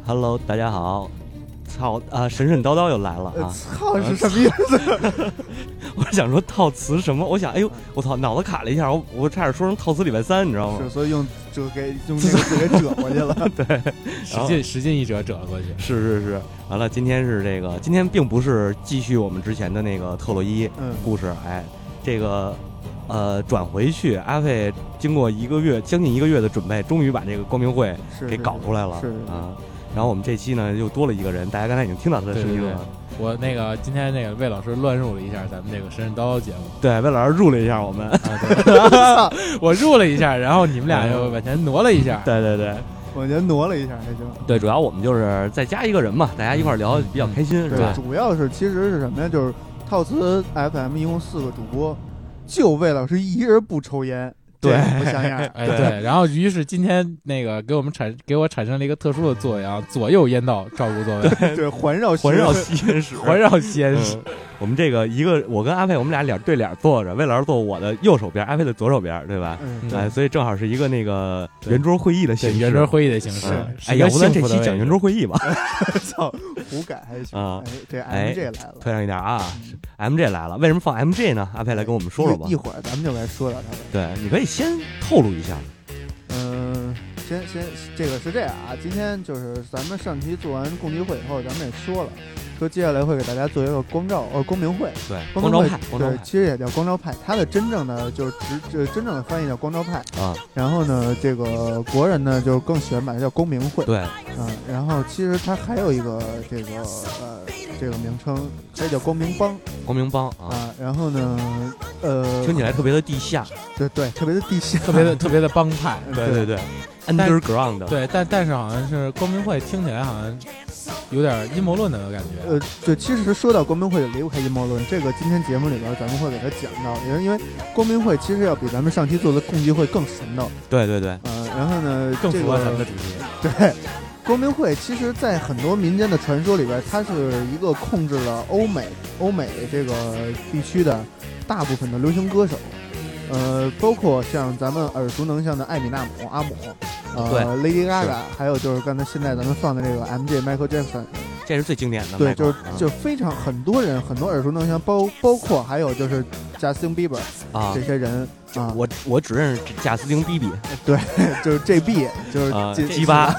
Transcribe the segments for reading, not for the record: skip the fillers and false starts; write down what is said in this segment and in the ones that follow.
Hello， 大家好。操啊，神神叨叨又来了啊！ 操是什么意思？ 我想说套词什么？我想，哎呦，我操，脑子卡了一下，我差点说成套词礼拜三，你知道吗？ 是，所以用那个字给折过去了。 对， 使劲一折了过去。 是。完了，今天并不是继续我们之前的那个特洛伊故事，这个转回去，阿飞经过将近一个月的准备，终于把这个光明会给搞出来了， 是啊。然后我们这期呢又多了一个人，大家刚才已经听到他的声音了。 对，我那个今天那个魏老师乱入了一下咱们这个神神叨叨节目。 对，魏老师入了一下我们， 我入了一下，然后你们俩又往前挪了一下。 对， 往前挪了一下还行。 对，主要我们就是再加一个人嘛，大家一块聊比较开心，是吧？ 主要是其实是什么呀？就是套词 FM 一共4个主播，就魏老师一人不抽烟。 对， 不像样。 对，然后于是今天那个给我产生了一个特殊的作用，左右烟道照顾作用， 对，环绕吸烟室， 环绕吸烟室。 我们这个我跟阿飞，我们俩脸对脸坐着，魏老师坐我的右手边，阿飞的左手边，对吧？ 对， 所以正好是一个那个圆桌会议的形式。 圆桌会议的形式。 要不咱这期讲圆桌会议吧？ 操，胡改还行啊！这 MJ 来了， 推上一点啊 ！MJ 来了，为什么放 MJ 呢？阿飞来跟我们说说吧。 一会儿咱们就来说到他。 对，你可以先透露一下。 先这个是这样啊，今天就是咱们上期做完共济会以后，咱们也说接下来会给大家做一个光明会， 对， 光照派， 对，其实也叫光照派，它的真正的就是真正的翻译叫光照派啊。 然后呢，这个国人呢就更喜欢把它叫光明会， 对， 然后其实它还有一个这个名称，它叫光明帮啊。然后呢， 听起来特别的地下， 对，特别的地下， 特别的帮派， 对。Underground 对，但是好像是光明会听起来好像有点阴谋论的感觉。 对，其实说到光明会就离不开阴谋论，这个今天节目里边咱们会给他讲到，因为光明会其实要比咱们上期做的共济会更神道。 对。 然后呢， 更符合咱们的主题。 对，光明会其实在很多民间的传说里边，它是一个控制了欧美这个地区的大部分的流行歌手。包括像咱们耳熟能详的艾米纳姆、阿姆，Lady Gaga， 还有就是刚才现在咱们放的这个 MJ Michael Jackson， 这是最经典的。 对，就非常很多人很多耳熟能详，包括还有就是Justin Bieber 这些人啊， 我只认识贾斯汀比比， 对，就是 JB， 就是鸡巴，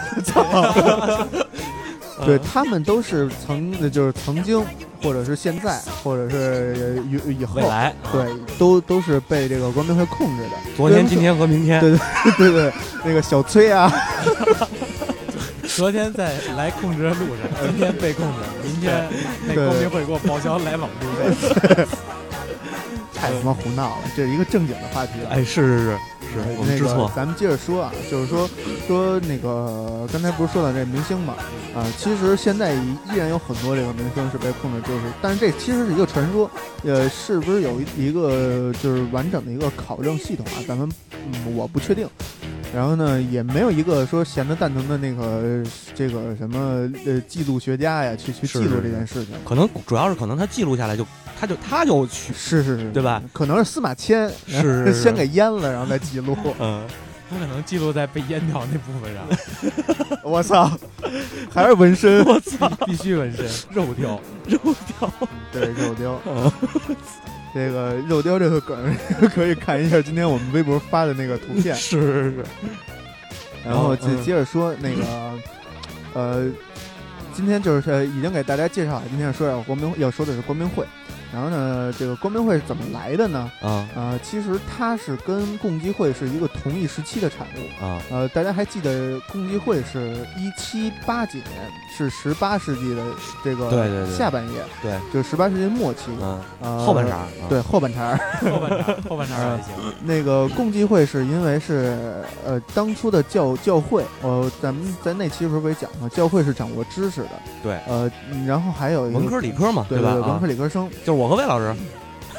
对，他们都是曾经，或者是现在，或者是以后， 未来， 对，都是被这个光明会控制的。 昨天、今天和明天， 对，那个小崔啊， 昨天在来控制的路上，今天被控制，明天那光明会给我报销来往路费。 太他妈胡闹了，这是一个正经的话题。 是，我们知错。 咱们接着说啊，就是说那个刚才不是说到这明星嘛其实现在依然有很多这个明星是被控制，但是这其实是一个传说，是不是有一个就是完整的一个考证系统啊？咱们我不确定。然后呢，也没有一个说闲得蛋疼的那个这个什么记录学家呀，去记录这件事情。 可能主要是他记录下来他就去是， 对吧？ 可能是司马迁是先给淹了，然后再记录。 他可能记录在被淹掉那部分上。 我操，还是纹身！ 我操， 必须纹身，肉雕， 对，肉雕。这个肉雕这个梗可以看一下今天我们微博发的那个图片。 是。 然后接着说那个今天就是已经给大家介绍了，今天要说的是光明会。然后呢，这个光明会是怎么来的呢？其实它是跟共济会是一个同一时期的产物大家还记得共济会是1780几年，是18世纪的这个下半叶， 对， 就是18世纪末期， 后半茬， 对，后半茬还行。 那个共济会是因为是当初的教会，咱们在那期时候不也讲过，教会是掌握知识的， 对， 然后还有一个文科理科嘛， 对吧？ 文科理科生， 就是我和魏老师。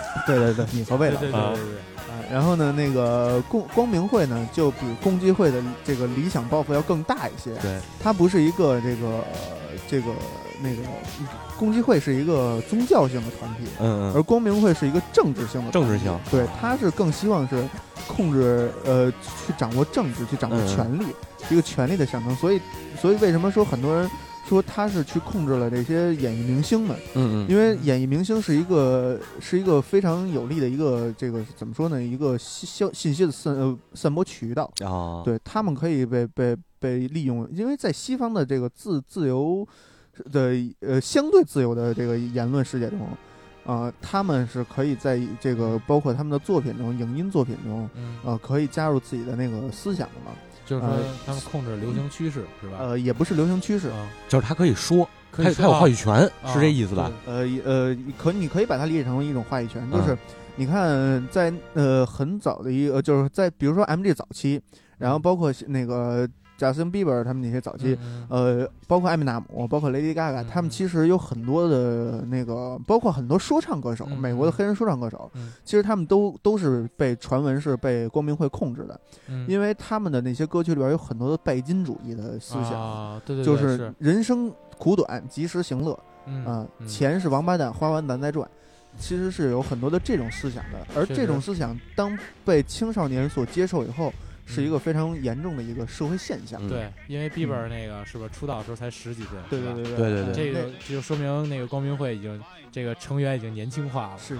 对，米和味道。 对。 然后呢，那个光明会呢，就比共济会的这个理想抱负要更大一些。 对， 它不是一个那个共济会是一个宗教性的团体，而光明会是一个政治性的团体。对，它是更希望是控制去掌握政治，去掌握权力，一个权力的象征。所以为什么说很多人说他是去控制了这些演艺明星呢？因为演艺明星是一个非常有利的一个这个怎么说呢？一个信息的散播渠道啊。对，他们可以被利用，因为在西方的这个自由的相对自由的这个言论世界中。他们是可以在这个包括他们的作品中，影音作品中，可以加入自己的那个思想的嘛。 就是说，他们控制流行趋势是吧？也不是流行趋势， 就是他可以说，他有话语权，是这意思吧？ 你可以把它理解成为一种话语权，就是你看在很早的一个，就是在比如说 MG 早期，然后包括那个。贾斯汀比伯他们那些早期，包括艾米纳姆，包括 Lady Gaga，他们其实有很多的那个，包括很多说唱歌手，美国的黑人说唱歌手，其实他们都是被传闻是被光明会控制的，因为他们的那些歌曲里边有很多的拜金主义的思想， 对， 就是人生苦短，及时行乐，钱是王八蛋，花完咱再赚。其实是有很多的这种思想的，而这种思想当被青少年所接受以后。是一个非常严重的一个社会现象。 对，因为 Bieber 那个是不是出道的时候才10几岁？ 对， 这个就说明那个光明会已经这个成员已经年轻化了。 是。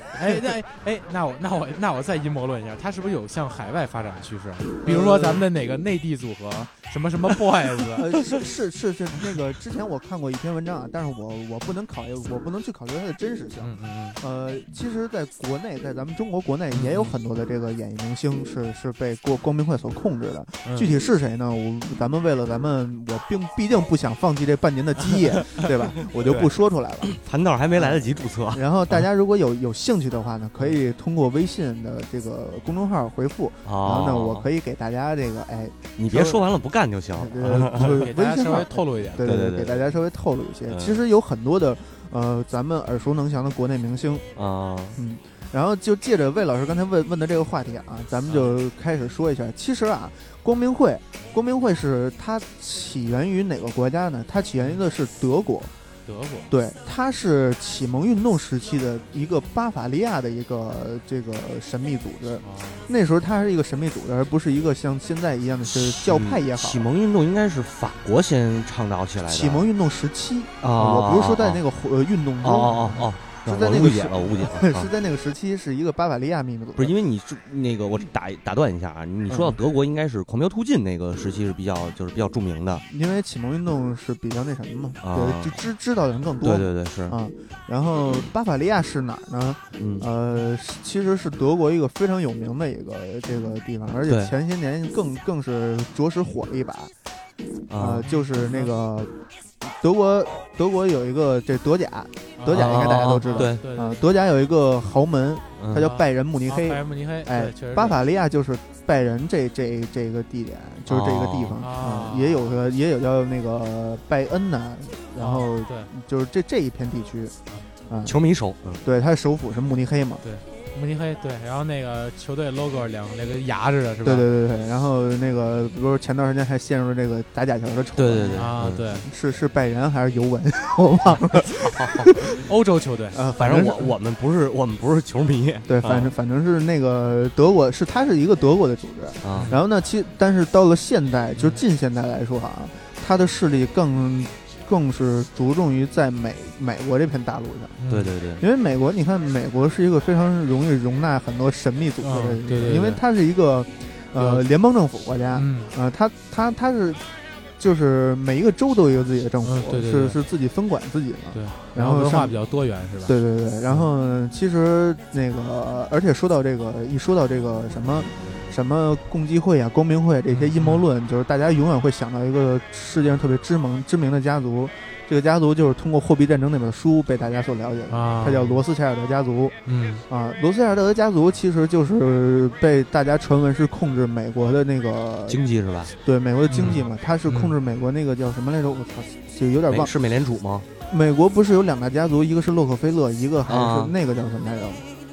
那我再阴谋论一下，他是不是有向海外发展的趋势？比如说咱们的哪个内地组合，什么 boys？ 是那个之前我看过一篇文章啊，但是我不能去考虑它的真实性。其实在国内，在咱们中国国内也有很多的这个演艺明星是被光明会所控制的，具体是谁呢？咱们我毕竟不想放弃这半年的基业，对吧？我就不说出来了， 盘道还没来得及注册。 然后大家如果有兴趣的话呢，可以通过微信的这个公众号回复，然后呢，我可以给大家这个你别说完了不干就行， 给大家稍微透露一点， 对，给大家稍微透露一些。其实有很多的咱们耳熟能详的国内明星啊，然后就借着魏老师刚才问的这个话题啊，咱们就开始说一下。其实啊，光明会是它起源于哪个国家呢？它起源于的是德国。对，它是启蒙运动时期的一个巴伐利亚的一个这个神秘组织。那时候它是一个神秘组织，而不是一个像现在一样的是教派也好。 启蒙运动应该是法国先倡导起来的。 启蒙运动时期我不是说在那个运动中。是在那个我误解了， 是在那个时期是一个巴伐利亚秘密组织。 不是因为你那个我打断一下啊，你说到德国应该是狂飙突进那个时期是比较著名的， 因为启蒙运动是比较那什么嘛，对，就知道的人更多。 对是啊。然后巴伐利亚是哪儿呢？其实是德国一个非常有名的一个这个地方，而且前些年更是着实火了一把。就是那个德国有一个这德甲应该大家都知道。 对， 德甲有一个豪门，它叫拜仁慕尼黑。巴伐利亚就是拜仁这个地点，就是这个地方也有叫那个拜恩呐，然后就是这一片地区球迷熟。 对，它的首府是慕尼黑嘛。 对。慕尼黑对，然后那个球队 logo 两个牙似的，是吧？ 对，然后那个不是前段时间还陷入了这个打假球的丑闻。 对是拜仁还是尤文？我忘了。 欧洲球队反正我们不是球迷。 对，反正是那个德国，它是一个德国的组织然后呢，但是到了现代，就近现代来说它的势力更是着重于在美国这片大陆上。 对， 因为美国，你看美国是一个非常容易容纳很多神秘组织的， 对， 因为它是一个联邦政府国家，它是就是每一个州都有自己的政府，是自己分管自己的， 对， 然后文化比较多元，是吧？ 对，然后其实那个，而且说到这个什么共济会啊、光明会这些阴谋论，就是大家永远会想到一个世界上特别知名的家族。这个家族就是通过《货币战争》那本书被大家所了解的，它叫罗斯柴尔德家族。罗斯柴尔德家族其实就是被大家传闻是控制美国的那个经济是吧？ 对，美国的经济嘛，它是控制美国那个叫什么来着？我操，就有点忘。 是美联储吗？ 美国不是有两大家族，一个是洛克菲勒，一个还是那个叫什么来着？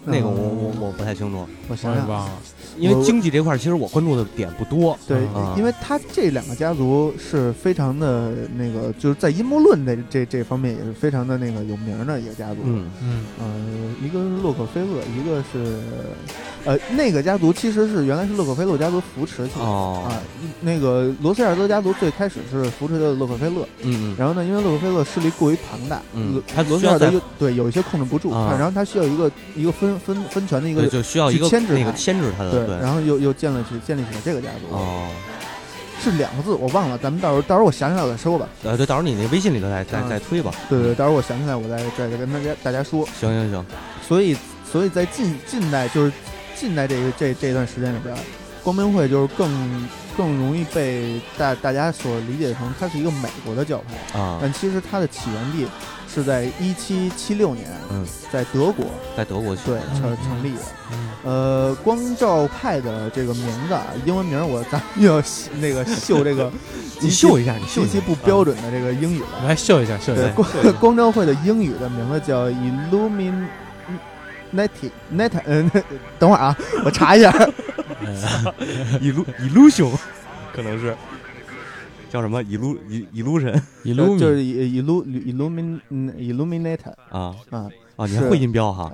那个我不太清楚。 我想想， 因为经济这块其实我关注的点不多。 对，因为他这两个家族是非常的那个，就是在阴谋论的这方面也是非常的那个有名的一个家族。一个是洛克菲勒，一个是那个家族其实是原来是洛克菲勒家族扶持起来那个罗斯柴尔德家族最开始是扶持的洛克菲勒，然后呢，因为洛克菲勒势力过于庞大，他罗斯柴尔德有一些控制不住，然后他需要一个分权的一个， 就需要一个牵制他的， 对，然后又建立起来这个家族。是2个字，我忘了，咱们到时候我想起来我再说吧。 对，到时候你那微信里头再推吧。 对，到时候我想起来我再跟大家说。 行。 所以在近代就是近代这段时间里边，光明会就是更容易被大家所理解成它是一个美国的教派但其实它的起源地是在1776年，在德国对成立的。光照派的这个名字英文名咱们要那个秀这个， 你秀一下， 极其不标准的这个英语了。 来秀一下。 光照会的英语的名字叫 Illuminati， 等会儿啊，我查一下。 Illusion 可能是叫什么？Illusion 就是 Illuminator 你还会音标哈？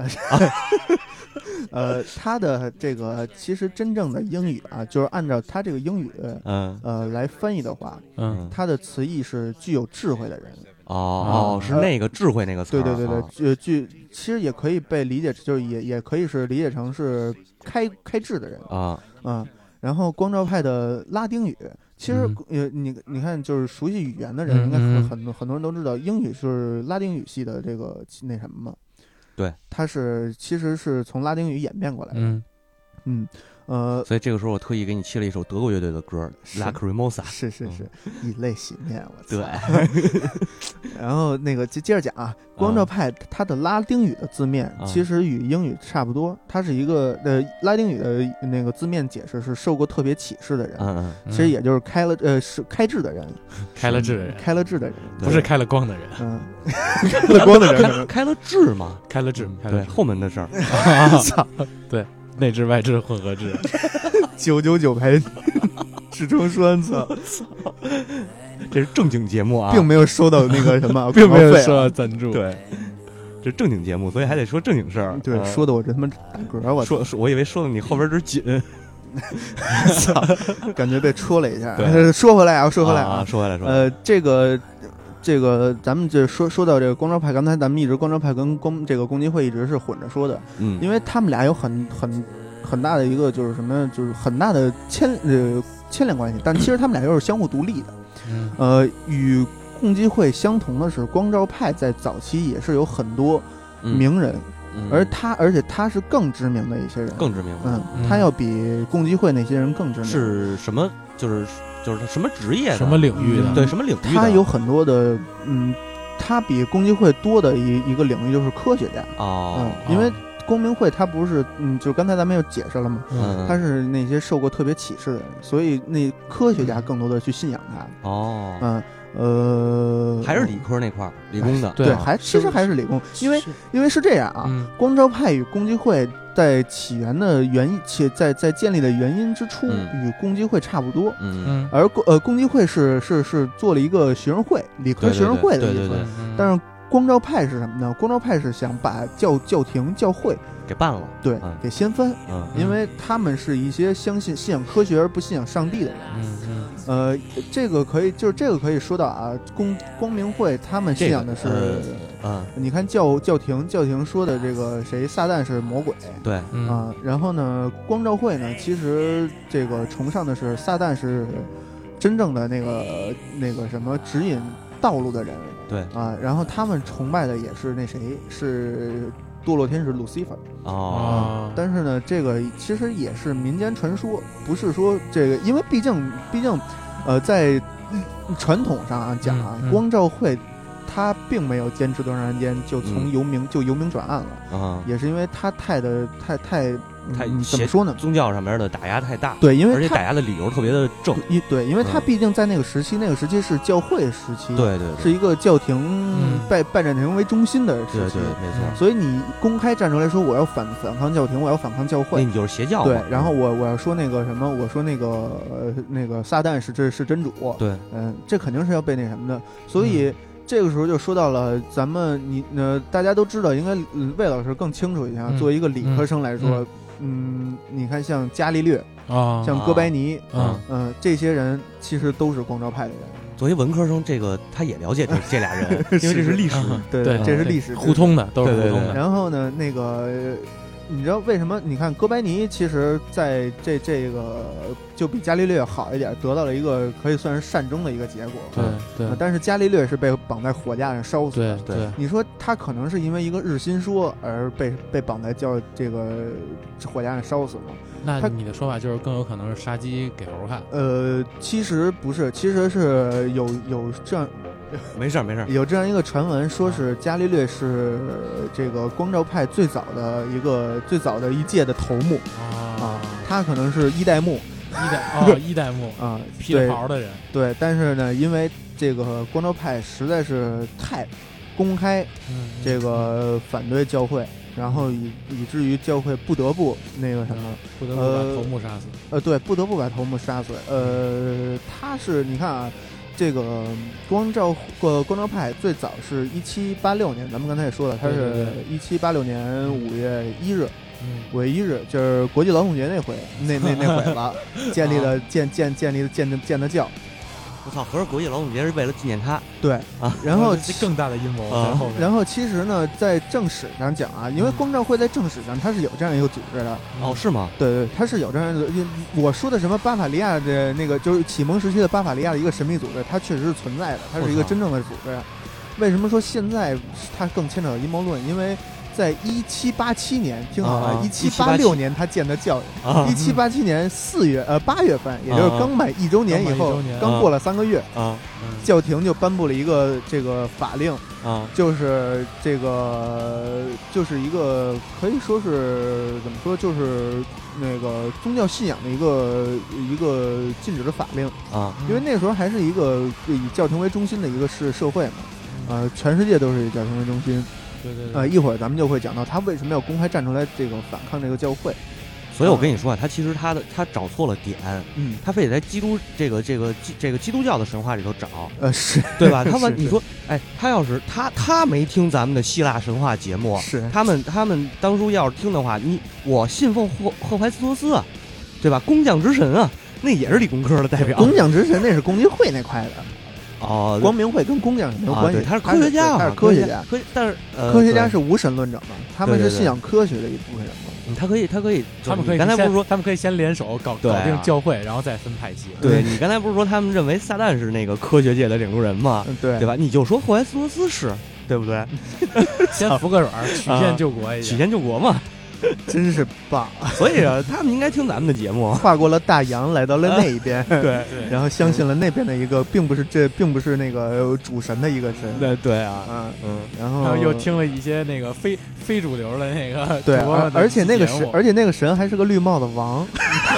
它的这个其实真正的英语就是按照它这个英语来翻译的话，它的词义是具有智慧的人。 是那个智慧那个词。 对，其实也可以被理解，就是也可以是理解成是开智的人然后光照派的拉丁语，其实你看，就是熟悉语言的人应该很多人都知道，英语是拉丁语系的这个那什么嘛。 对， 它其实是从拉丁语演变过来的。 所以这个时候我特意给你切了一首德国乐队的歌《Lacrimosa》。 是，以泪洗面，我操。 对。 然后那个接着讲光照派它的拉丁语的字面其实与英语差不多，它是一个拉丁语的那个字面解释是受过特别启示的人，其实也就是是开智的人， 开了智的人，不是开了光的人， 开了光的人， 开了智嘛， 开了智， 对，后门的事儿。 对。内置外置混合制 ，999排制成酸操， 这是正经节目并没有收到那个什么， 并没有收到赞助。 对，这正经节目，所以还得说正经事儿。 对，说的我这他妈打嗝， 我以为说的你后边这紧， 感觉被戳了一下。说回来，这个咱们就说到这个光照派，刚才咱们一直光照派跟这个共济会一直是混着说的，因为他们俩有很大的一个就是什么，就是很大的牵连关系，但其实他们俩又是相互独立的。与共济会相同的是，光照派在早期也是有很多名人，而且他是更知名的一些人， 更知名的， 他要比共济会那些人更知名。 是什么？就是什么职业的， 什么领域的？ 对，什么领域的？ 他有很多的，他比共济会多的一个领域就是科学家因为光明会他不是，就刚才咱们又解释了嘛，他是那些受过特别启示的人，所以那科学家更多的去信仰他。 还是理科那块儿，理工的， 对，其实还是理工，因为是这样光照派与共济会在起源的原因，且在建立的原因之初与共济会差不多，而共济会是做了一个学生会，理科学生会的意思，但是光照派是什么呢？光照派是想把教廷教会给办了， 对，给掀翻，因为他们是一些信仰科学而不信仰上帝的人。这个可以说到光明会他们信仰的是，你看教廷说的这个撒旦是魔鬼， 对然后呢，光照会呢，其实这个崇尚的是撒旦是真正的那个什么指引道路的人， 对然后他们崇拜的也是是堕落天使路西法但是呢，这个其实也是民间传说，不是说这个，因为毕竟在传统上讲光照会他并没有坚持多长时间就从由明转暗了，也是因为他太怎么说呢？ 宗教上面的打压太大， 对，因为而且打压的理由特别的正， 对，因为他毕竟在那个时期是教会时期， 对， 是一个教廷拜占庭为中心的时期， 对，没错。 所以你公开站出来说我要反抗教廷，我要反抗教会， 你就是邪教。 对，然后我要说那个什么，我说那个撒旦是真主， 对， 这肯定是要被那什么的，所以。这个时候就说到了咱们大家都知道，应该魏老师更清楚一下。作为一个理科生来说，你看像伽利略像哥白尼，这些人其实都是光照派的人。 作为文科生，这个他也了解这俩人，因为这是历史， 对，这是历史互通的，都是互通的。 然后呢，那个。你知道为什么？你看哥白尼其实在这个就比伽利略好一点，得到了一个可以算是善终的一个结果。 对， 但是伽利略是被绑在火架上烧死的。 对， 你说他可能是因为一个日心说而被绑在这个火架上烧死吗？ 那你的说法就是更有可能是杀鸡给猴看。 其实不是，其实是有这样。 没事， 有这样一个传闻，说是伽利略是这个光照派最早的一届的头目他可能是一代目啊，披着袍的人。 对，但是呢，因为这个光照派实在是太公开这个反对教会，然后以至于教会不得不那个什么， 不得不把头目杀死。 对，不得不把头目杀死。他是你看啊。这个光照派最早是1786年，咱们刚才也说了，它是1786年5月1日，5月1日就是国际劳动节那回了，建立的教。 我操！合着国际劳动节是为了纪念他？ 对啊，然后更大的阴谋在后面。 然后其实呢，在正史上讲啊，因为光照会在正史上它是有这样一个组织的。 哦，是吗？ 对，它是有这样的。我说的什么巴伐利亚的那个，就是启蒙时期的巴伐利亚的一个神秘组织，它确实是存在的，它是一个真正的组织。为什么说现在它更牵扯到阴谋论？因为在1787年，听好了，1786年他建的教，1787年8月份，也就是刚满1周年以后，刚过了3个月，教廷就颁布了一个这个法令，就是这个就是一个可以说是怎么说，就是那个宗教信仰的一个禁止的法令因为那时候还是一个以教廷为中心的一个社会嘛，全世界都是以教廷为中心。 对， 一会儿咱们就会讲到他为什么要公开站出来这个反抗这个教会。 所以我跟你说啊，他其实他找错了点，他非得在基督这个基督教的神话里头找， 是对吧？他你说，哎，他要是他没听咱们的希腊神话节目， 是他们当初要是听的话，我信奉赫淮斯托斯啊，对吧？工匠之神啊，那也是理工科的代表。 工匠之神那是共济会那块的。 光明会跟工匠没有关系， 他是科学家， 他是科学家， 但是科学家是无神论者嘛，他们是信仰科学的一部分人嘛。 他可以， 他们可以。 刚才不是说他们可以先联手搞定教会，然后再分派系。 对你刚才不是说他们认为撒旦是那个科学界的领路人吗？对吧？你就说霍淮斯托斯是，对不对？ 先服个软，曲线救国， 曲线救国嘛。 真是棒， 所以啊，他们应该听咱们的节目， 跨过了大洋，来到了那一边， 对， 然后相信了那边的一个，并不是那个主神的一个神， 对啊， 然后又听了一些那个非主流的那个， 对，而且那个神还是个绿帽子王，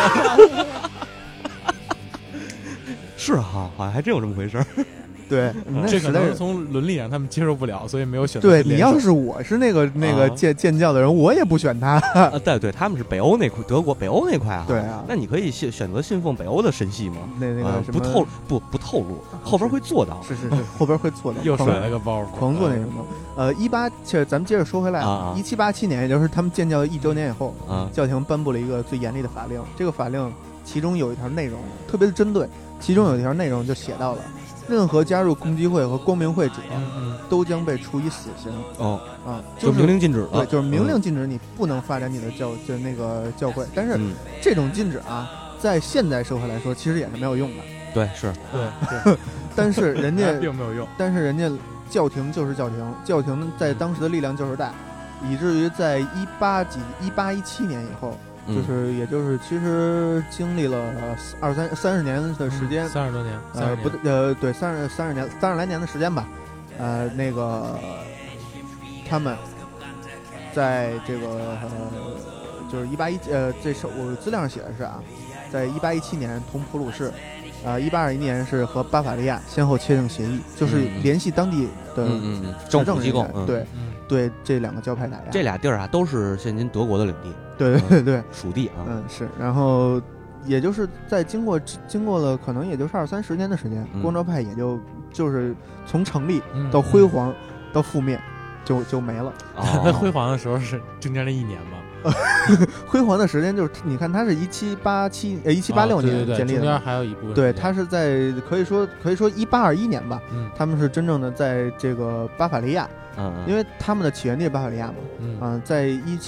是哈，好像还真有这么回事儿。 对， 这可能是从伦理上他们接受不了，所以没有选择。 对，你要是我是那个建教的人，我也不选他。 对，他们是北欧那块，德国北欧那块啊。 对啊， 那你可以选择信奉北欧的神系吗？ 那个什么不透露，后边会做到。 是，后边会做到。 又甩了个包， 狂做那什么。咱们接着说回来，1787年，也就是他们建教1周年以后，教廷颁布了一个最严厉的法令。这个法令其中有一条内容特别的针对，其中有一条内容就写到了。任何加入共济会和光明会者，都将被处以死刑。 就明令禁止了。 对，就是明令禁止你不能发展你的那个教会。但是这种禁止啊，在现代社会来说，其实也是没有用的。 对，是对。 但是人家并没有用。 但是人家教廷就是教廷，教廷在当时的力量就是大，以至于在1817年以后。也就是其实经历了30年的时间， 30多年， 对，30来年的时间吧。 那个他们在这个就是181这是我资料上写的是啊，在1817年同普鲁士，1821年是和巴伐利亚先后签订协议，就是联系当地的政府机构， 对这两个教派打压。 这俩地儿啊都是现今德国的领地， 对， 属地啊， 是，然后也就是在经过了可能也就是20-30年的时间，光州派也就是从成立到辉煌到覆灭就没了。 他辉煌的时候是中间那1年吗？ 辉煌的时间就是你看，他是1786年建立的， 中间还有一部分。 对，他是在可以说1821年吧，他们是真正的在这个巴伐利亚，因为他们的起源地是巴伐利亚嘛，在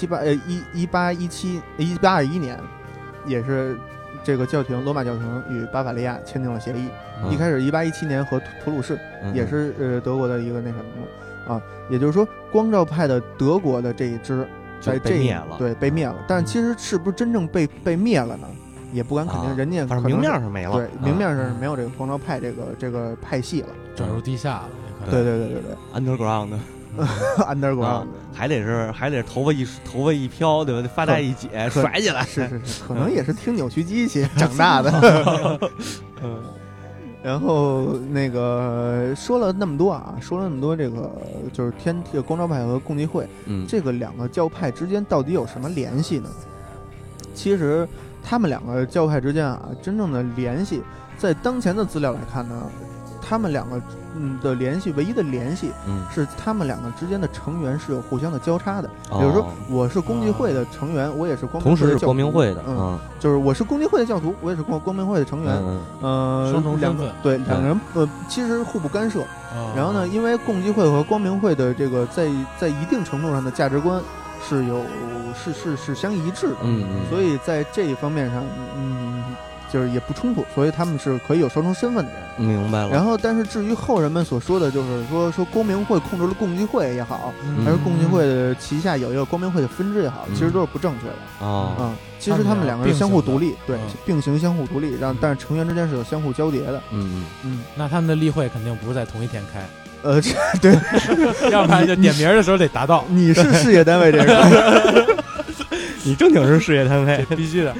1821年，也是这个罗马教廷与巴伐利亚签订了协议。一开始1817年和普鲁士也是德国的一个那什么嘛，也就是说光照派的德国的这一支。在被灭了， 对，被灭了。但是其实是不是真正被灭了呢？也不敢肯定，人家反正明面上没了。 对，明面上是没有这个光照派这个派系了， 转入地下了。 对，underground， 还得是头发一飘，对吧？发带一解，甩起来。 是，可能也是听扭曲机器长大的。然后那个说了那么多这个就是光照派和共济会，这个两个教派之间到底有什么联系呢？其实他们两个教派之间真正的联系，在当前的资料来看呢，他们两个的联系，唯一的联系是他们两个之间的成员是有互相的交叉的。比如说，我是共济会的成员，我也是同时是光明会的， 就是我是共济会的教徒，我也是光明会的成员， 双重身份， 对，两个人其实互不干涉。然后呢，因为共济会和光明会的这个在一定程度上的价值观是相一致的，所以在这一方面上，就是也不冲突，所以他们是可以有双重身份的人。 明白了。 然后，但是至于后人们所说的，就是说光明会控制了共济会也好，还是共济会的旗下有一个光明会的分支也好，其实都是不正确的其实他们两个是相互独立，对，并行相互独立，但是成员之间是有相互交叠的。 那他们的例会肯定不是在同一天开。 对， 要不然就点名的时候得达到。 你是事业单位这个， 你正经是事业单位， 必须的。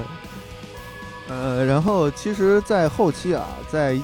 然后其实，在后期就是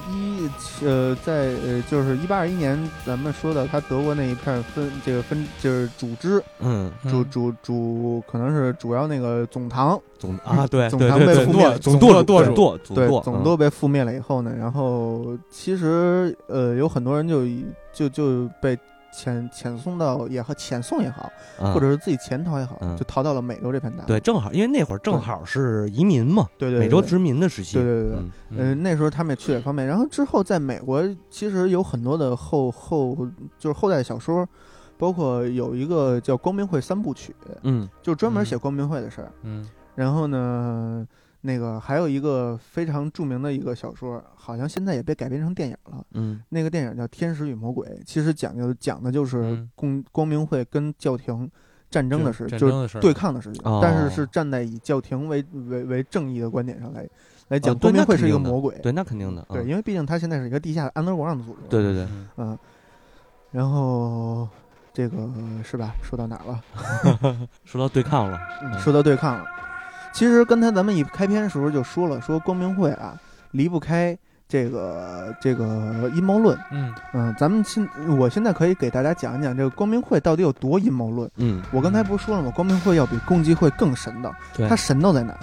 1821年，咱们说的他德国那一片就是组织，主可能是主要那个总堂对， 总堂被覆灭， 总舵被覆灭了以后呢，然后其实有很多人就被遣送也好，或者是自己潜逃也好，就逃到了美洲这片大陆。 对，正好因为那会儿正好是移民嘛， 对， 美洲殖民的时期。 对，那时候他们也去这方面。然后之后在美国，其实有很多的就是后代小说，包括有一个叫《光明会3部曲》，就专门写光明会的事儿。然后呢，那个还有一个非常著名的一个小说，好像现在也被改编成电影了。那个电影叫《天使与魔鬼》，其实讲的就是光明会跟教廷战争的事，就是对抗的事情。但是是站在以教廷为正义的观点上来讲，光明会是一个魔鬼。 对，那肯定的。 对，因为毕竟它现在是一个地下 underground 的组织。 对。 然后这个是吧？说到哪儿了？ 说到对抗了。 说到对抗了。其实刚才咱们一开篇的时候就说了，说光明会离不开这个阴谋论。我现在可以给大家讲一讲这个光明会到底有多阴谋论。我刚才不是说了吗？光明会要比共济会更神道。它神道在哪？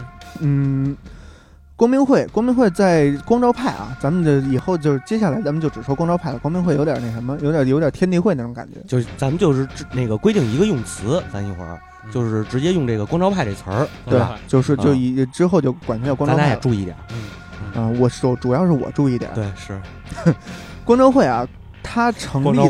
光明会在光照派咱们这以后就是接下来咱们就只说光照派了。光明会有点那什么，有点天地会那种感觉。 就是咱们就是那个规定一个用词，咱一会儿。就是直接用这个光照派这词儿， 对吧？就之后就管它叫光照派。 大家也注意点。 我主要是我注意点。 对，是。 光照会它成立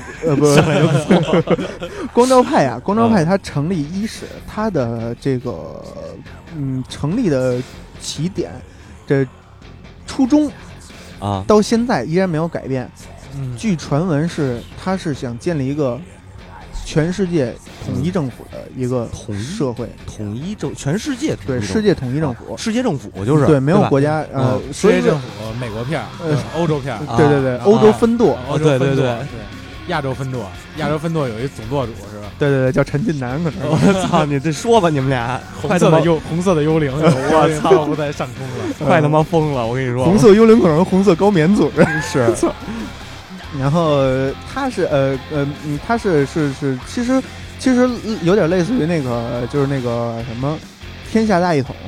光照派它成立伊始，它的这个成立的起点这初衷到现在依然没有改变。据传闻是它是想建立一个全世界统一政府的一个社会， 全世界对世界统一政府， 世界政府就是对没有国家世界政府美国片欧洲片对，欧洲分舵， 对。 亚洲分舵有一总舵主是吧？ 对，叫陈近南可能。 我操，你这说吧，你们俩红色的幽灵，我操，不在上空了， 快他妈疯了！我跟你说， 红色幽灵可能红色高棉组织是。 然后他是他是其实有点类似于那个就是那个什么天下大一统，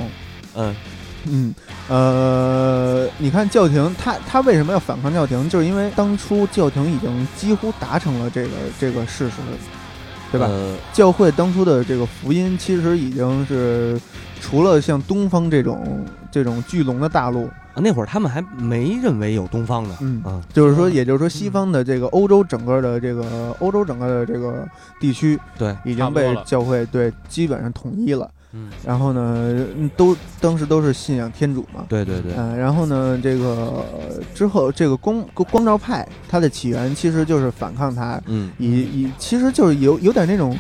你看教廷，他为什么要反抗教廷？就是因为当初教廷已经几乎达成了这个事实，对吧？教会当初的这个福音，其实已经是除了像东方这种巨龙的大陆， 那会儿他们还没认为有东方的， 就是说，也就是说，西方的这个欧洲整个的这个地区， 对， 已经被教会对基本上统一了。然后呢，当时都是信仰天主嘛， 对， 然后呢，这个之后这个光照派它的起源其实就是反抗它，其实就是有点那种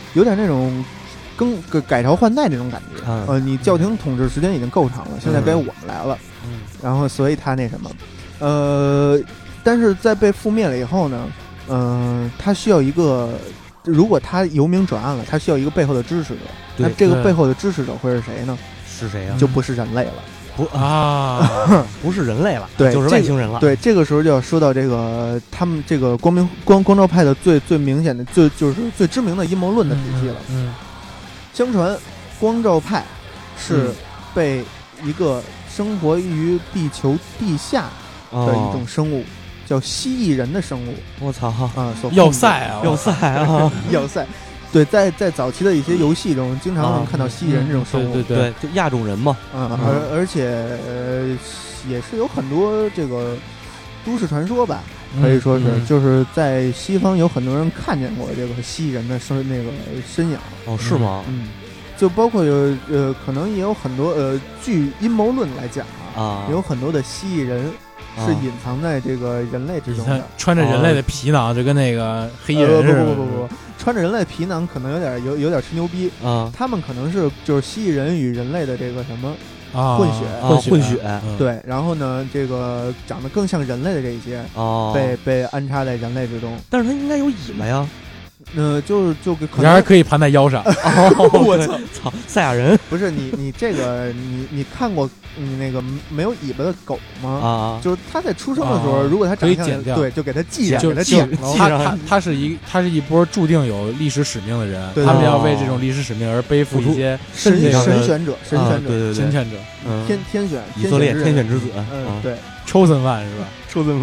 改朝换代这种感觉，你教廷统治时间已经够长了，现在该我们来了，然后所以他那什么，但是在被覆灭了以后呢，他需要一个。如果他由明转暗了，他需要一个背后的支持者。那这个背后的支持者会是谁呢？ 是谁呀？ 就不是人类了， 不是人类了， 对， 就是外星人了。 对，这个时候就要说到这个他们这个光照派的最明显的就是最知名的阴谋论的体系了。相传光照派是被一个生活于地球地下的一种生物。叫蜥蜴人的生物， 我操要塞啊， 要塞，对，在早期的一些游戏中，经常能看到蜥蜴人这种生物， 对，就亚种人嘛， 而且也是有很多这个都市传说吧，可以说是，就是在西方有很多人看见过这个蜥蜴人的身影， 是吗？ 就包括有可能也有很多据阴谋论来讲有很多的蜥蜴人。是隐藏在这个人类之中的， 穿着人类的皮囊，就跟那个黑衣人似的。 不，穿着人类的皮囊可能有点吹牛逼他们可能是就是蜥蜴人与人类的这个什么混血，对，然后呢，这个长得更像人类的这一些被安插在人类之中， 但是它应该有尾巴呀。 就可能然而可以盘在腰上。 我操，赛亚人不是你这个你看过你那个没有尾巴的狗吗？就是它在出生的时候，如果它长相对，就给它系上，给它系上。它是一波注定有历史使命的人，他们要为这种历史使命而背负一些神选者， 对， 神选者， 天选以色列天选之子， 对 ，chosen one 是吧 ？chosen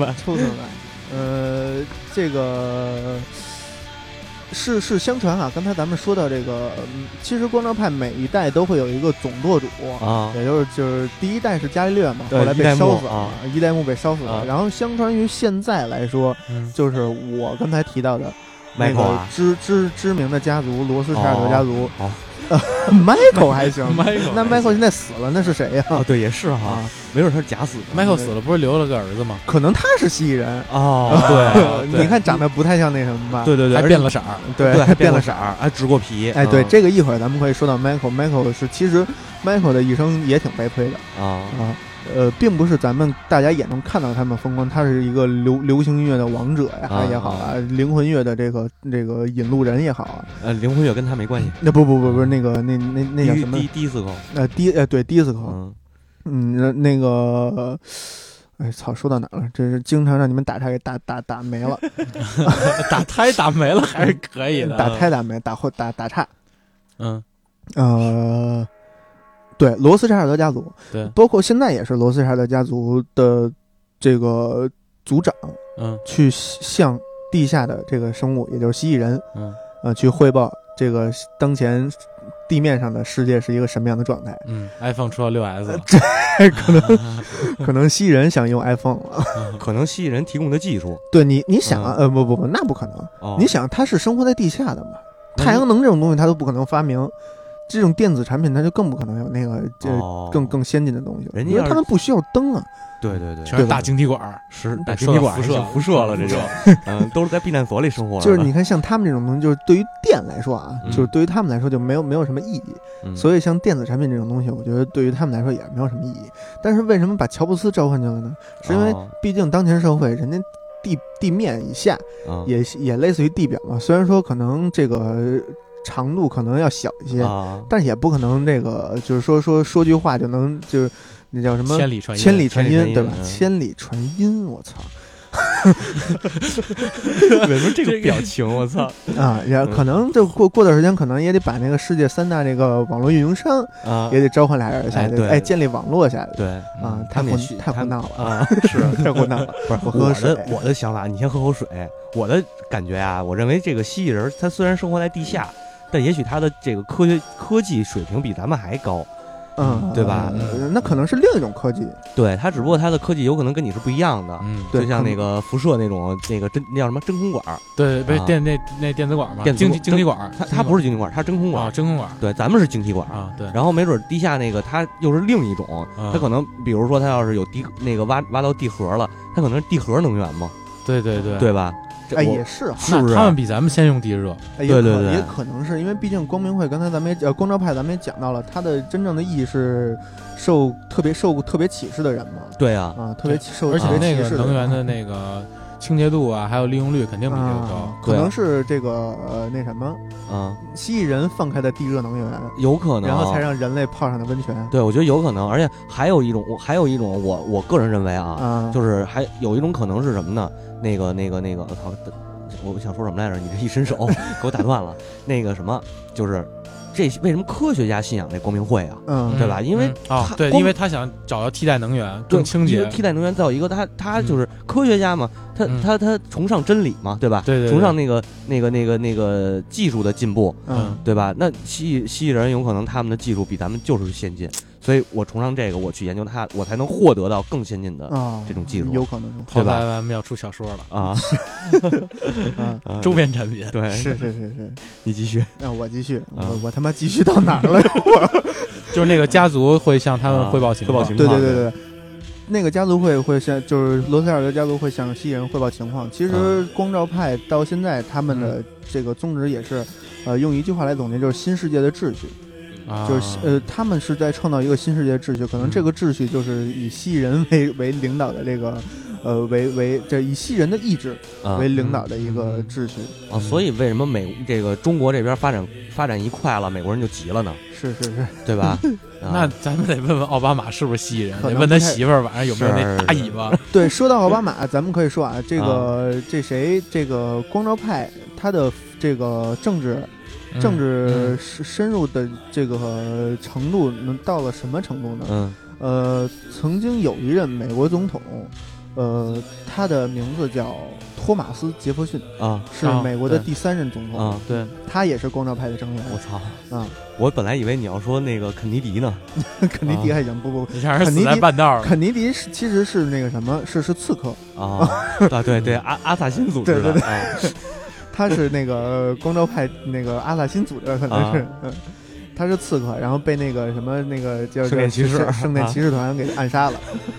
one，这个。是相传刚才咱们说到这个，其实光照派每一代都会有一个总舵主也就是第一代是伽利略嘛，后来被烧死了，一代目被烧死了。然后相传于现在来说，就是我刚才提到的那个知名的家族罗斯柴尔德家族。Michael 还行，那 Michael 现在死了，那是谁呀？ 对，也是没准他是假死的。 Michael 死了，不是留了个儿子吗？ 可能他是蜥蜴人对， 你看长得不太像那什么吧？ 对， 还变了色儿， 对， 还变了色儿，还植过皮。 对，这个一会儿咱们可以说到 Michael 是，其实 Michael 的一生也挺悲催的并不是咱们大家眼中看到他们风光，他是一个流行音乐的王者呀也好灵魂乐的这个引路人也好灵魂乐跟他没关系。 那不是那个那叫什么 disco 对 disco 那个操，说到哪了？这是经常让你们打岔给打没了， 打胎打没了还是可以的， 打胎打没打岔，对，罗斯柴尔德家族， 对， 包括现在也是罗斯柴尔德家族的这个族长，去向地下的这个生物，也就是蜥蜴人，去汇报这个当前地面上的世界是一个什么样的状态。 iPhone 出到 6S 了， 可能蜥蜴人想用 iPhone 了， 可能蜥蜴人提供的技术。 对你想不，那不可能。你想，他是生活在地下的嘛，太阳能这种东西他都不可能发明。 这种电子产品它就更不可能有那个更先进的东西了，因为他们不需要灯啊。 对对对， 全是大晶体管， 是大晶体管辐射了，这就都是在避难所里生活。 就是你看，像他们这种东西，就是对于电来说啊，就是对于他们来说就没有什么意义。所以像电子产品这种东西，我觉得对于他们来说也没有什么意义。但是为什么把乔布斯召唤进来呢？是因为毕竟当前社会，人家地面以下也类似于地表嘛，虽然说可能这个长度可能要小一些，但是也不可能这个就是说句话就能就是那叫什么千里传音对吧？千里传音，我操！ 为什么这个表情？我操啊！也可能就过段时间，可能也得把那个世界3大这个网络运营商也得召唤俩人下去，建立网络下去。 对啊，太胡闹了啊！是太胡闹了。不是，我喝水。 我的想法，你先喝口水。我的感觉啊，我认为这个蜥蜴人，他虽然生活在地下，但也许他的这个科技水平比咱们还高。对吧？ 那可能是另一种科技。 对，它只不过它的科技有可能跟你是不一样的。 对， 就像那个辐射那种，那个那叫什么真空管？ 对，不是那电子管嘛？晶体管， 它不是晶体管，它是真空管。 真空管。 对，咱们是晶体管啊。对。 然后没准地下那个它又是另一种，它可能比如说它要是有那个挖到地核了，它可能是地核能源嘛？ 对， 对吧？ 也是， 是不是？ 他们比咱们先用地热， 对， 也可能是因为毕竟光明会刚才咱们光照派咱们也讲到了，它的真正的意义是受特别启示的人嘛。 对啊， 特别受， 而且那个能源的那个清洁度啊，还有利用率肯定比这个高。 可能是这个那什么蜥蜴人放开的地热能源， 有可能， 然后才让人类泡上的温泉。 对，我觉得有可能，而且还有一种，我个人认为就是还有一种可能是什么呢？那个，我想说什么来着？你这一伸手给我打断了。那个什么，就是这为什么科学家信仰这光明会啊？对吧？因为因为他想找到替代能源更清洁。 替代能源再有一个，他就是科学家嘛，他崇尚真理嘛，对吧？ 对， 崇尚那个技术的进步，对吧？那蜥蜴人有可能他们的技术比咱们就是先进。所以我崇尚这个，我去研究它，我才能获得到更先进的这种技术， 有可能， 对吧？ 咱们要出小说了啊！ 周边产品， 对，是， 你继续， 那我继续，我他妈继续到哪儿了？我就是那个家族会向他们汇报情况， 对，那个家族会向，就是罗塞尔德家族会向蜥蜴人汇报情况。其实光照派到现在他们的这个宗旨也是，用一句话来总结，就是新世界的秩序。就是他们是在创造一个新世界秩序，可能这个秩序就是以蜥蜴人为领导的这个，为这以蜥蜴人的意志为领导的一个秩序啊。所以为什么这个中国这边发展一快了，美国人就急了呢？ 是， 对吧？ 那咱们得问问奥巴马是不是蜥蜴人，得问他媳妇儿晚上有没有那大尾巴。 对，说到奥巴马，咱们可以说啊，这个光照派他的这个政治深入的这个程度能到了什么程度呢？曾经有一任美国总统，他的名字叫托马斯·杰弗逊是美国的第3任总统对， 他也是光照派的成员。 我操我本来以为你要说那个肯尼迪呢。 肯尼迪还行，不， 你让人死在半道了。 肯尼迪其实是那个什么，是刺客对，阿萨辛组织的。 对他是那个光照派那个阿萨辛组织，可能是他是刺客，然后被那个什么那个叫圣殿骑士团给暗杀了。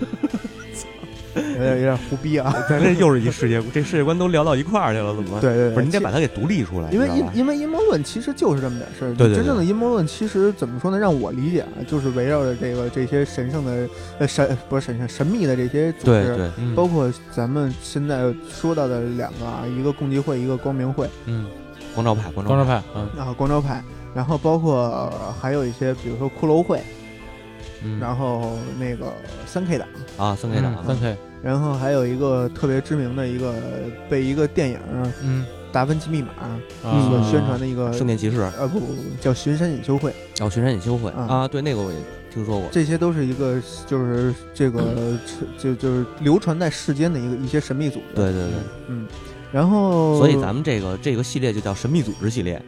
有点胡逼啊！ 咱这又是一世界观都聊到一块儿去了，怎么？ 对， 不是你得把它给独立出来。 因为阴谋论其实就是这么点事儿。 对， 真正的阴谋论其实怎么说呢？让我理解啊，就是围绕着这些神圣的神秘的这些组织， 对， 包括咱们现在说到的2个啊，一个共济会，一个光明会。 光照派， 光照派，然后包括还有一些，比如说骷髅会。然后那个3K 党 3K， 然后还有一个特别知名的一个被一个电影达芬奇密码所宣传的一个圣殿骑士不叫巡山隐修会巡山隐修会对，那个我也听说过。 这些都是一个就是这个就是流传在世间的一些神秘组织。 对， 然后所以咱们这个系列就叫神秘组织系列。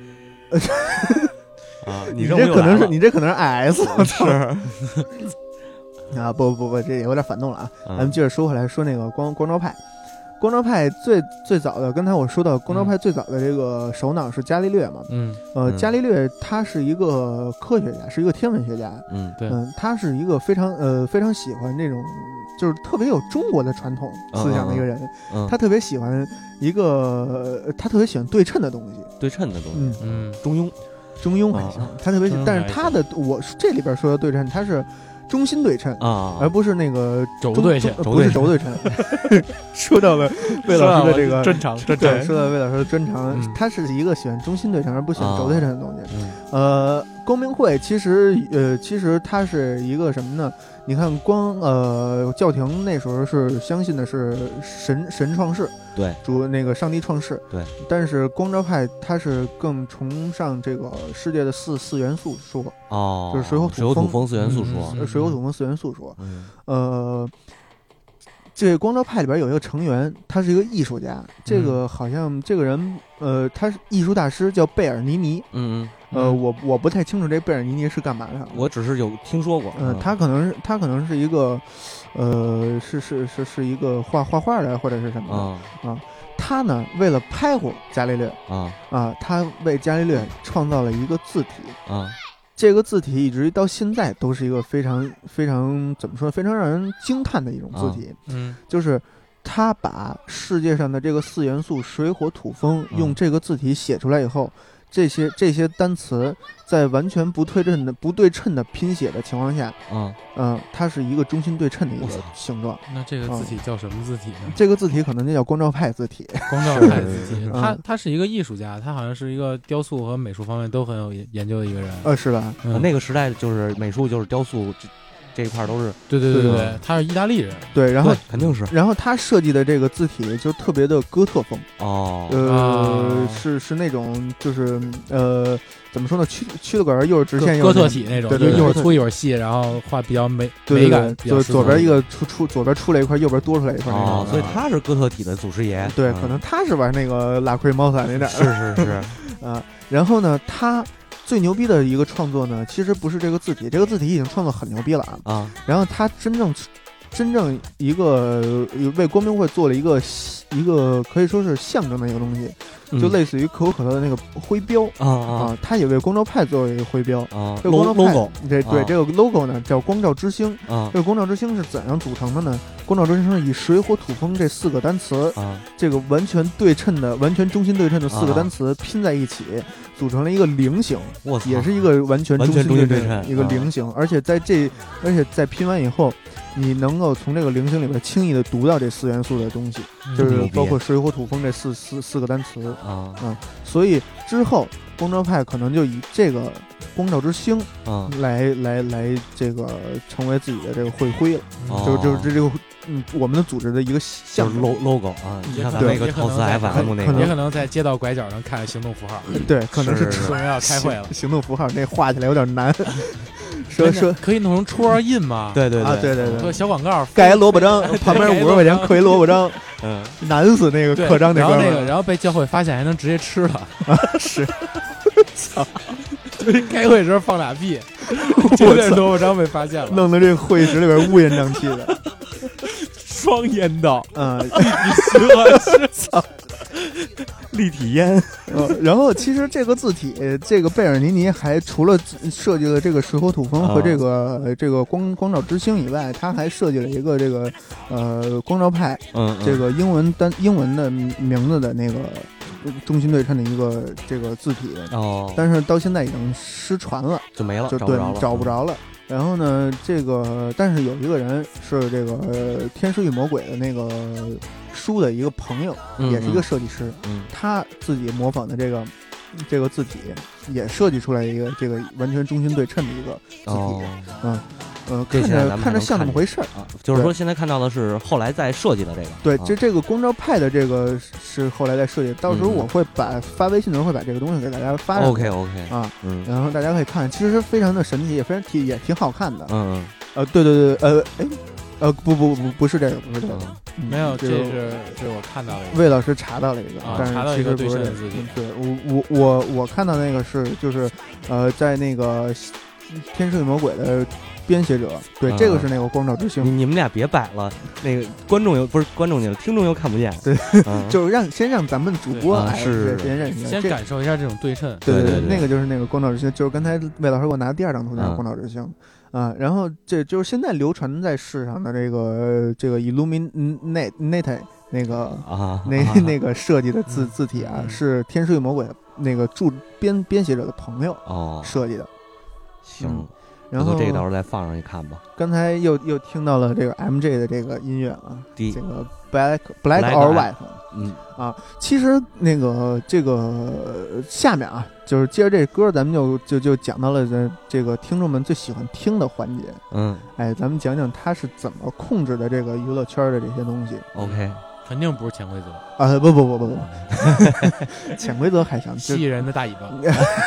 你这可能是 IS， 是不，这有点反动了啊。咱们接着说回来，说那个光照光照派最早的，刚才我说到光照派最早的这个首脑是伽利略嘛，伽利略他是一个科学家，是一个天文学家， 对， 他是一个非常喜欢这种就是特别有中国的传统思想的一个人，他特别喜欢他特别喜欢对称的东西，中庸还行，他特别喜欢，但是他的我这里边说的对称，他是中心对称啊， 而不是那个轴对称， 不是轴对称。说到了魏老师的这个专长， 对，说到魏老师的专长，他是一个喜欢中心对称而不喜欢轴对称的东西。光明会其实它是一个什么呢？你看教廷那时候是相信的是神创世， 对， 主那个上帝创世， 对。但是光照派它是更崇尚这个世界的四元素说，就是水火土风四元素说， 水火土风四元素说，这个光照派里边有一个成员，他是一个艺术家，这个好像这个人他是艺术大师，叫贝尔尼尼。我不太清楚这贝尔尼尼是干嘛的， 我只是有听说过。 他可能是一个是一个画画的或者是什么啊。他呢为了拍活伽利略他为伽利略创造了一个字体这个字体以至于到现在都是一个非常非常怎么说非常让人惊叹的一种字体。就是他把世界上的这个四元素水火土风用这个字体写出来以后，这些单词在完全不对称的拼写的情况下，它是一个中心对称的一个形状。 那这个字体叫什么字体呢？ 这个字体可能就叫光照派字体。 光照派字体，他是一个艺术家，他好像是一个雕塑和美术方面都很有研究的一个人。 是吧？ 那个时代就是美术就是雕塑。这一块都是对，他是意大利人， 对，然后肯定是， 然后他设计的这个字体就特别的哥特风是那种就是怎么说呢，曲了杆，又是直线， 哥特体那种， 对， 一会儿粗一会儿细，然后画比较美感， 就左边一个左边出来一块，右边多出来一块那种， 所以他是哥特体的祖师爷。 对，可能他是玩那个拉奎猫伞那点是然后呢，他最牛逼的一个创作呢，其实不是这个字体，这个字体已经创作很牛逼了啊。然后他真正一个为光明会做了一个可以说是象征的一个东西，就类似于可口可乐的那个徽标他也为光照派做了一个徽标这个光照派 logo 这个 logo 呢叫光照之星这个光照之星是怎样组成的呢？光照之星是以水火土风这4个单词这个完全中心对称的4个单词拼在一起，组成了一个菱形，也是一个完全中心对称一个菱形，而且在拼完以后，你能够从这个菱形里边轻易的读到这4元素的东西，就是包括水火土风这四个单词所以之后光照派可能就以这个光照之星来这个成为自己的这个会徽了，就是这个我们的组织的一个象征 logo 你看咱那个套词 FM 那个， 也可能在街道拐角上看行动符号， 对，可能是说明要开会了。 行动符号那画起来有点难， 说可以弄成戳印吗？ 对， 做小广告， 盖萝卜章，旁边50块钱刻一萝卜章，难死那个刻章那个， 然后被教会发现还能直接吃了是， 操！开会时候放俩币，这点萝卜章被发现了， 弄得这个会议室里边乌烟瘴气的。 双烟道， 立体烟。 然后其实这个字体，这个贝尔尼尼还除了设计了这个水火土风和这个光照之星以外，他还设计了一个这个光照派，这个英文的名字的那个中心对称的一个这个字体但是到现在已经失传了， 就没了， 就找不着了。然后呢，但是有一个人是这个天使与魔鬼的那个书的一个朋友，也是一个设计师，他自己模仿的这个字体也设计出来一个这个完全中心对称的一个字体，看着像那么回事啊。就是说现在看到的是后来再设计的这个， 对，这个光照派的这个是后来再设计，到时候我会发微信的时候会把这个东西给大家发上。 OK 啊，然后大家可以看，其实非常的神奇，也挺好看的。对，不是这个，不是这个， 没有，这是我看到的一个， 魏老师查到了一个，但是其实不是自己。 对，我看到那个是就是在那个天使与魔鬼的编写者，对，这个是那个光照之星。 你们俩别摆了，那个观众不是观众听众又看不见。 对，就是先让咱们主播是先认识一下，先感受一下这种对称。 对，那个就是那个光照之星，就是刚才魏老师给我拿的第2张图像光照之星。然后这就是现在流传在世上的这个Illuminate 那个那个设计的字体啊，是天使与魔鬼那个编写者的朋友设计的。 行， 然后这个到时候再放上去看吧。 刚才又听到了这个 MJ 的这个音乐啊，这个 Black or White。其实那个这个下面啊，就是接着这歌，咱们就讲到了这个听众们最喜欢听的环节。咱们讲讲他是怎么控制的这个娱乐圈的这些东西。 OK， 肯定不是潜规则啊！不，潜规则还想蜥蜴人的大尾巴。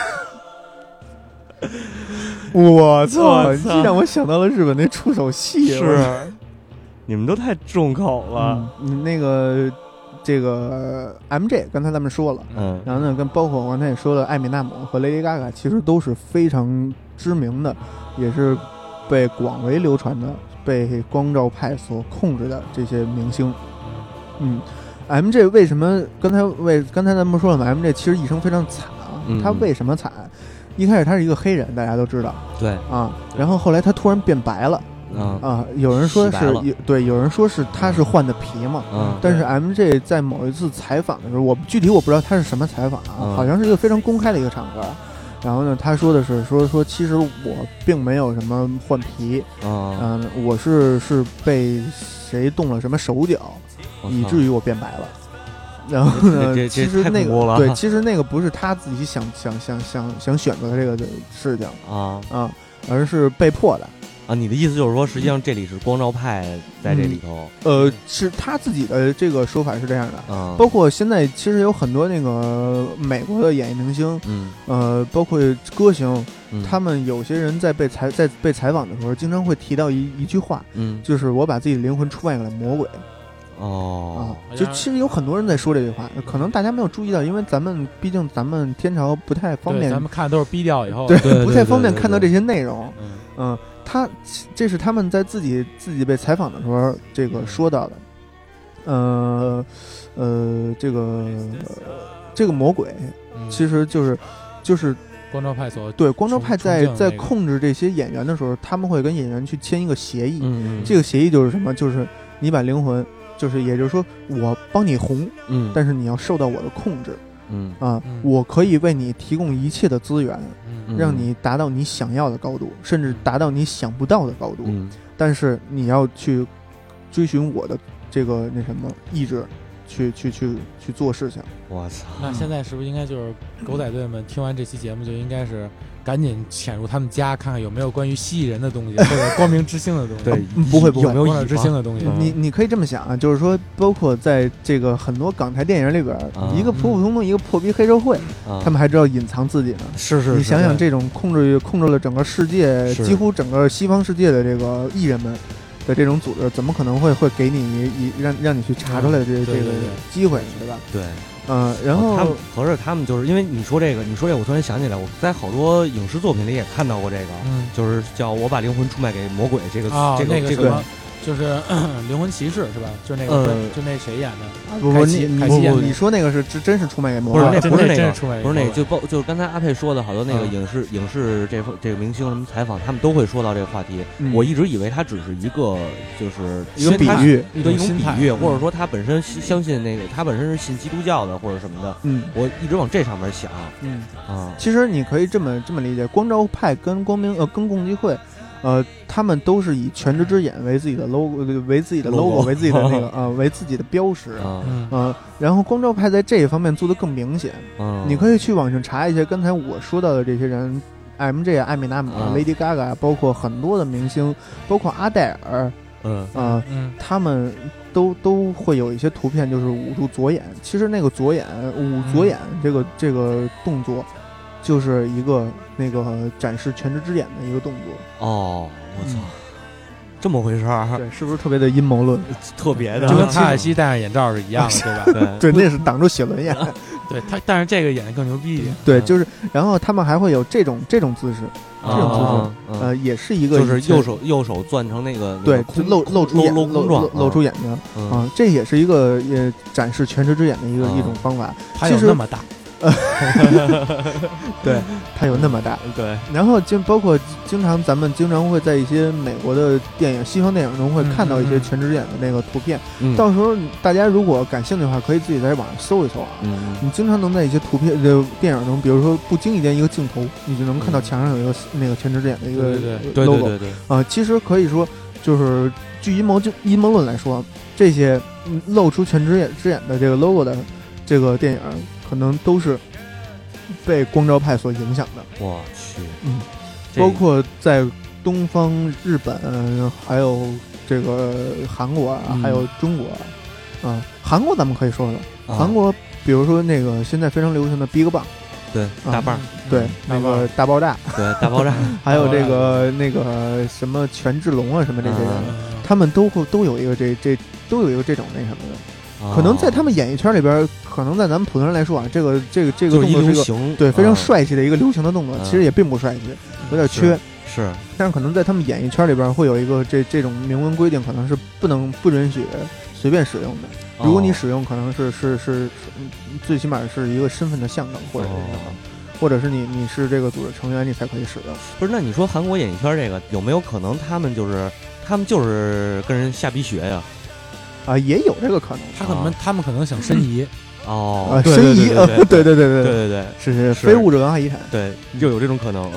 我操！这让我想到了日本那触手戏。 是，你们都太重口了。 那个。这个 MJ 刚才咱们说了，然后呢，包括我刚才也说了，艾米纳姆和 Lady Gaga 其实都是非常知名的，也是被广为流传的，被光照派所控制的这些明星。MJ 为什么刚才咱们说了嘛 ，MJ 其实一生非常惨啊。他为什么惨？一开始他是一个黑人，大家都知道， 对啊，然后后来他突然变白了。有人说是有人说是他是换的皮嘛，但是 MJ 在某一次采访的时候，我具体我不知道他是什么采访啊，好像是一个非常公开的一个场合。然后呢，他说的是说其实我并没有什么换皮，我是被谁动了什么手脚，以至于我变白了。然后呢，其实那个对，其实那个不是他自己想选择的这个事情而是被迫的。 你的意思就是说，实际上这里是光照派在这里头？ 是他自己的这个说法是这样的。包括现在其实有很多那个美国的演艺明星，包括歌星，他们有些人在被采访的时候，经常会提到一句话，就是我把自己的灵魂出卖给了魔鬼。就其实有很多人在说这句话，可能大家没有注意到，因为毕竟咱们天朝不太方便， 咱们看都是逼调以后， 对，不太方便看到这些内容。这是他们在自己被采访的时候这个说到的。这个魔鬼其实就是光照派光照派在控制这些演员的时候，他们会跟演员去签一个协议。这个协议就是什么？就是你把灵魂，也就是说我帮你红，但是你要受到我的控制。我可以为你提供一切的资源，让你达到你想要的高度，甚至达到你想不到的高度。但是你要去追寻我的这个那什么意志，去做事情。 我操！ 那现在是不是应该就是狗仔队们听完这期节目就应该是赶紧潜入他们家，看看有没有关于蜥蜴人的东西，或者光明之星的东西？ 对，不会有没有光明之星的东西？ 你可以这么想啊，就是说，包括在这个很多港台电影里边，一个普普通通一个破逼黑社会，他们还知道隐藏自己呢。 是， 你想想这种控制了整个世界，几乎整个西方世界的这个艺人们的这种组织，怎么可能会给你让你去查出来的这个机会，对吧？ 对。 然后合着他们就是因为你说这个，我突然想起来，我在好多影视作品里也看到过这个，就是叫我把灵魂出卖给魔鬼这个这个就是灵魂骑士是吧？就那个就那谁演的？ 不，你说那个是真是出卖给魔鬼？ 不是那个， 不是那个， 就刚才阿佩说的好多那个影视这个明星什么采访，他们都会说到这个话题。我一直以为它只是一个就是一个比喻， 一种比喻，或者说他本身相信那个，他本身是信基督教的或者什么的。我一直往这上面想。 其实你可以这么理解，光照派跟跟共济会。他们都是以全知之眼为自己的 logo， 为自己的 logo， 为自己的那个为自己的标识。然后光照派在这一方面做得更明显。你可以去网上查一些刚才我说到的这些人 ，MJ 艾米纳姆、Lady Gaga， 包括很多的明星，包括阿黛尔，他们都会有一些图片，就是捂住左眼。其实那个捂左眼这个动作。就是一个那个展示全知之眼的一个动作。 我操，这么回事儿？ 对，是不是特别的阴谋论？ 特别的， 就跟卡尔西戴上眼罩是一样的，对吧？ 对，那是挡住写轮眼。 对他，但是这个演的更牛逼一点。 对，就是，然后他们还会有这种姿势，这种姿势，也是一个， 就是右手攥成那个， 对，就露出眼睛啊，这也是一个也展示全知之眼的一种方法。 它有那么大。 对，它有那么大， 对。 然后包括咱们经常会在一些美国的电影、西方电影中会看到一些全知之眼的那个图片。到时候大家如果感兴趣的话，可以自己在网上搜一搜啊。你经常能在一些图片的电影中，比如说不经意间一个镜头，你就能看到墙上有一个那个全知之眼的一个 logo。对。其实可以说，就是据阴谋论来说，这些露出全知之眼的这个 logo 的这个电影，可能都是被光照派所影响的。 我去， 包括在东方、日本，还有这个韩国啊，还有中国啊。韩国咱们可以说说，韩国比如说那个现在非常流行的 BigBang， 对，大棒， 对，那个大爆炸， 对，大爆炸， 还有这个那个什么权志龙啊，什么这些人，他们都有一个都有一个这种那什么的。可能在他们演艺圈里边，可能在咱们普通人来说啊，这个动作是一个对非常帅气的一个流行的动作，其实也并不帅气，有点缺。 是，但是可能在他们演艺圈里边会有一个这种明文规定，可能是不允许随便使用的。如果你使用，可能是最起码是一个身份的象征，或者是什么，或者是你是这个组织成员，你才可以使用。 不是，那你说韩国演艺圈这个有没有可能他们就是跟人瞎逼学呀？ 啊，也有这个可能。 他们可能想申遗。 哦， 申遗， 对， 是非物质文化遗产， 对，就有这种可能，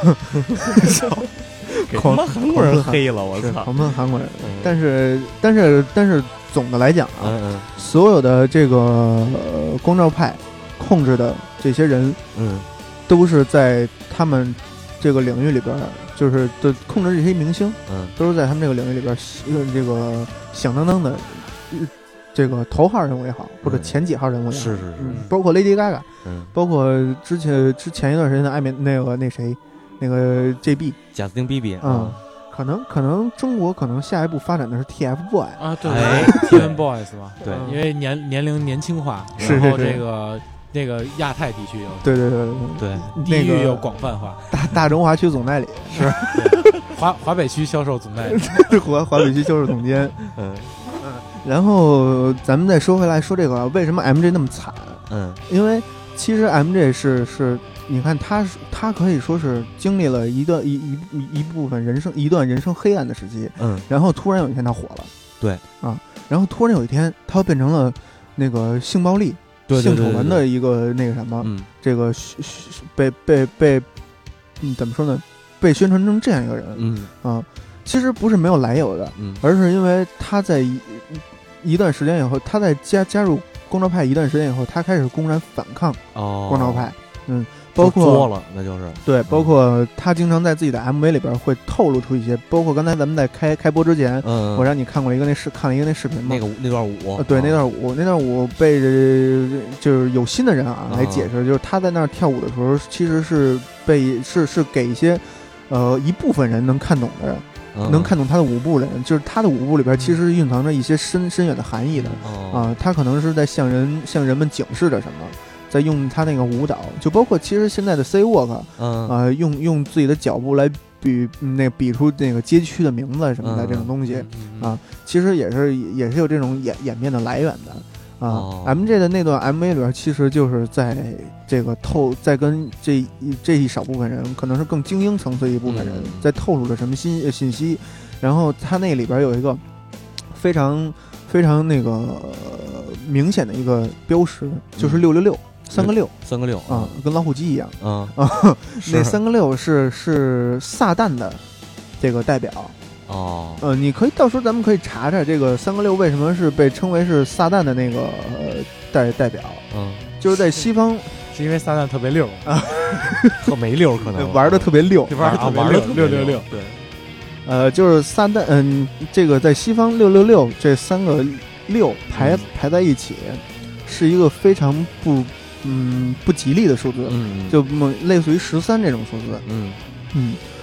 给他妈韩国人黑了，我操， 狂喷韩国人。但是总的来讲啊，所有的这个光照派控制的这些人，都是在他们这个领域里边，就是控制这些明星，都是在他们这个领域里边，这个响当当的。这个头号人物也好，或者前几号人物也好， 是， 包括 Lady Gaga，包括之前一段时间的那个 JB 贾斯汀 BB 可能中国可能下一步发展的是 TFBOY 啊，对，TFBOYS 嘛，对，因为年龄年轻化，然后这个那个亚太地区有， 对， 地域又广泛化， 大中华区总代理是，华北区销售总代理， 华北区销售总监，然后咱们再说回来说这个为什么 MJ 那么惨？因为其实 MJ 是你看他可以说是经历了一部分一段人生黑暗的时期，然后突然有一天他火了， 对啊，然后突然有一天他变成了那个性暴力、性丑闻的一个那个什么，这个被怎么说呢？被宣传成这样一个人，其实不是没有来由的，而是因为他在一段时间以后，他在加入光照派一段时间以后，他开始公然反抗光照派，包括作了，那就是对，包括他经常在自己的 MV 里边会透露出一些，包括刚才咱们在开播之前，我让你看了一个那视频嘛， 那段舞， 对，那段舞被就是有心的人啊来解释，就是他在那儿跳舞的时候，其实是给一些一部分人能看懂的人。能看懂他的舞步的人，就是他的舞步里边其实是蕴藏着一些深远的含义的他可能是在向人们警示着什么，在用他那个舞蹈，就包括其实现在的 C Walk，用自己的脚步来比出那个街区的名字什么的这种东西其实也是有这种演变的来源的。MJ 的那段 MV 里边，其实就是在这个在跟这一少部分人，可能是更精英层次一部分人，在透露着什么信息。然后他那里边有一个非常非常那个明显的一个标识，就是666，三个六跟老虎机一样那三个六是撒旦的这个代表。你可以到时候咱们可以查查这个3个6为什么是被称为是撒旦的那个代表。就是在西方是因为撒旦特别溜特没溜，可能玩的特别溜， 玩的666。 对，就是撒旦，这个在西方666这3个6排在一起，是一个非常不吉利的数字，就类似于13这种数字。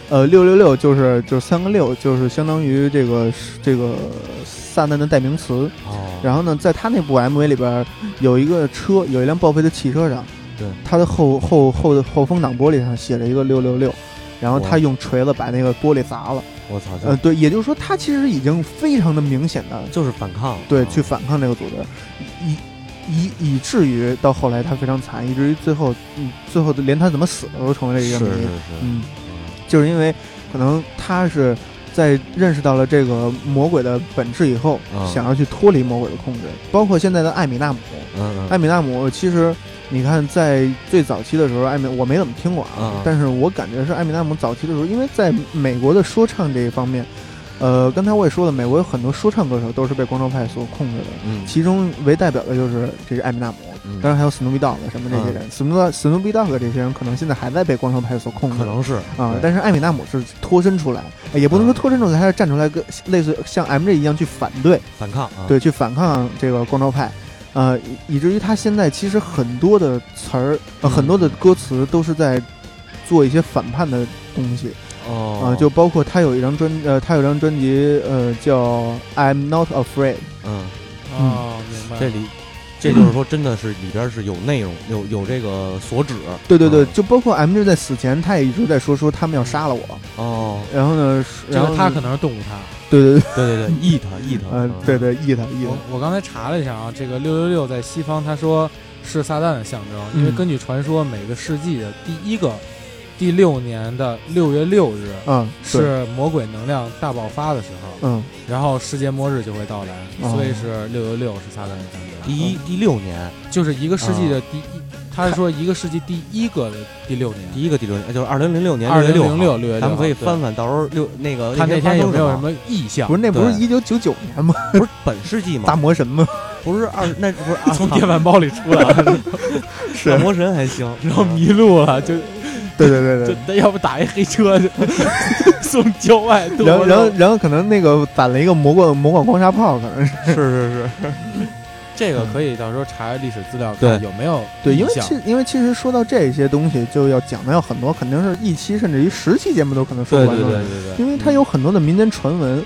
666就是3个6，就是相当于这个撒旦的代名词。然后呢，在他那部 MV 里边有一个车，有一辆报废的汽车上， 对， 他的后风挡玻璃上写了一个666，然后他用锤子把那个玻璃砸了。 我操！ 对，也就是说，他其实已经非常的明显的就是反抗， 对，去反抗这个组织，以至于到后来他非常惨，以至于最后连他怎么死的都成为了一个谜。就是因为可能他是在认识到了这个魔鬼的本质以后，想要去脱离魔鬼的控制。包括现在的艾米纳姆，艾米纳姆其实你看在最早期的时候，我没怎么听过但是我感觉是艾米纳姆早期的时候，因为在美国的说唱这一方面，刚才我也说了，美国有很多说唱歌手都是被光头派所控制的，其中为代表的就是这个艾米纳姆，当然还有史努比 dog 什么这些人，史努比 dog 这些人可能现在还在被光头派所控制， 可能是但是艾米纳姆是脱身出来，也不能说脱身出来，他是站出来，类似像 MJ 一样去反抗，对，去反抗这个光头派。以至于他现在其实很多的词儿，很多的歌词都是在做一些反叛的东西。就包括他有一张专辑，叫 I'm Not Afraid。 明白。 这就是说，真的是里边是有内容，有这个所指。 对，就包括 MJ 在死前，他也一直在说他们要杀了我。然后呢， 这个他可能是动物他。 对 ，eat， 对 eat。 我刚才查了一下啊，这个666在西方他说是撒旦的象征，因为根据传说，每个世纪的第6年的6月6日，是魔鬼能量大爆发的时候，然后世界末日就会到来，所以是666是撒旦的象征。 第6年就是一个世纪的他是说一个世纪第一个的第6年， 第6年就是2006年 6月6， 咱们可以翻到时候他那天有没有什么异象？ 不是，那不是1999年吗？ 不是本世纪吗？ 大魔神吗？ 不是那不是从电饭煲里出来了， 是大魔神还行， 然后迷路了就。 对， 就要不打一黑车就送郊外， 然后可能那个攒了一个魔管光沙炮，可能是。 这个可以到时候查历史资料看有没有对，因为其实说到这些东西，就要讲的要很多，肯定是1期甚至于10期节目都可能说不完。 对， 因为它有很多的民间传闻。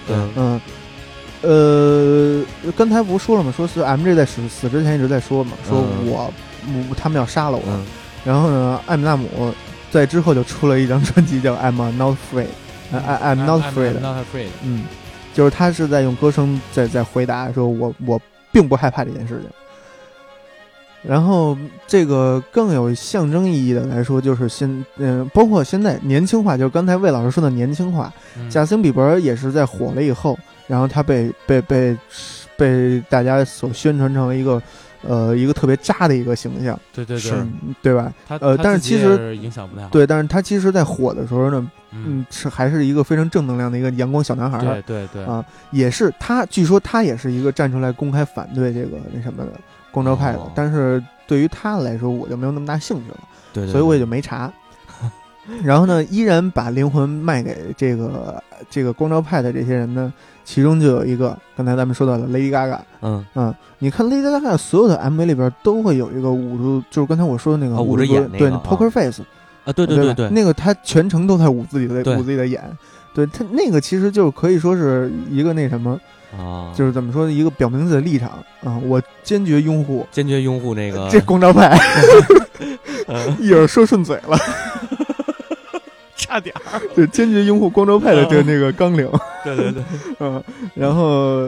刚才不是说了吗？说是 MJ 在死之前一直在说嘛，说他们要杀了我。然后呢，艾米纳姆在之后就出了一张专辑叫 I'm Not Afraid，I'm Not Afraid， 就是他是在用歌声在回答说我并不害怕这件事情。然后这个更有象征意义的来说，就是包括现在年轻化，就是刚才魏老师说的年轻化，贾斯汀比伯也是在火了以后，然后他被大家所宣传成了一个特别渣的一个形象， 对， 是，对吧？但是其实影响不太好。 对，但是他其实在火的时候呢，还是一个非常正能量的一个阳光小男孩。 对也是他，据说他也是一个站出来公开反对这个那什么的光照派的，但是对于他来说，我就没有那么大兴趣了， 对， 所以我也就没查。然后呢，依然把灵魂卖给这个光照派的这些人呢，其中就有一个刚才咱们说到的 Lady Gaga。你看 Lady Gaga 所有的 MV 里边都会有一个捂住，就是刚才我说的那个捂着眼那个，对 Poker Face 对， 那个他全程都在捂自己的眼，对他那个其实就可以说是一个那什么就是怎么说一个表明自己的立场我坚决拥护那个这光照派，一会儿说顺嘴了。 差点对，坚决拥护光照派的这个那个纲领。 对， 然后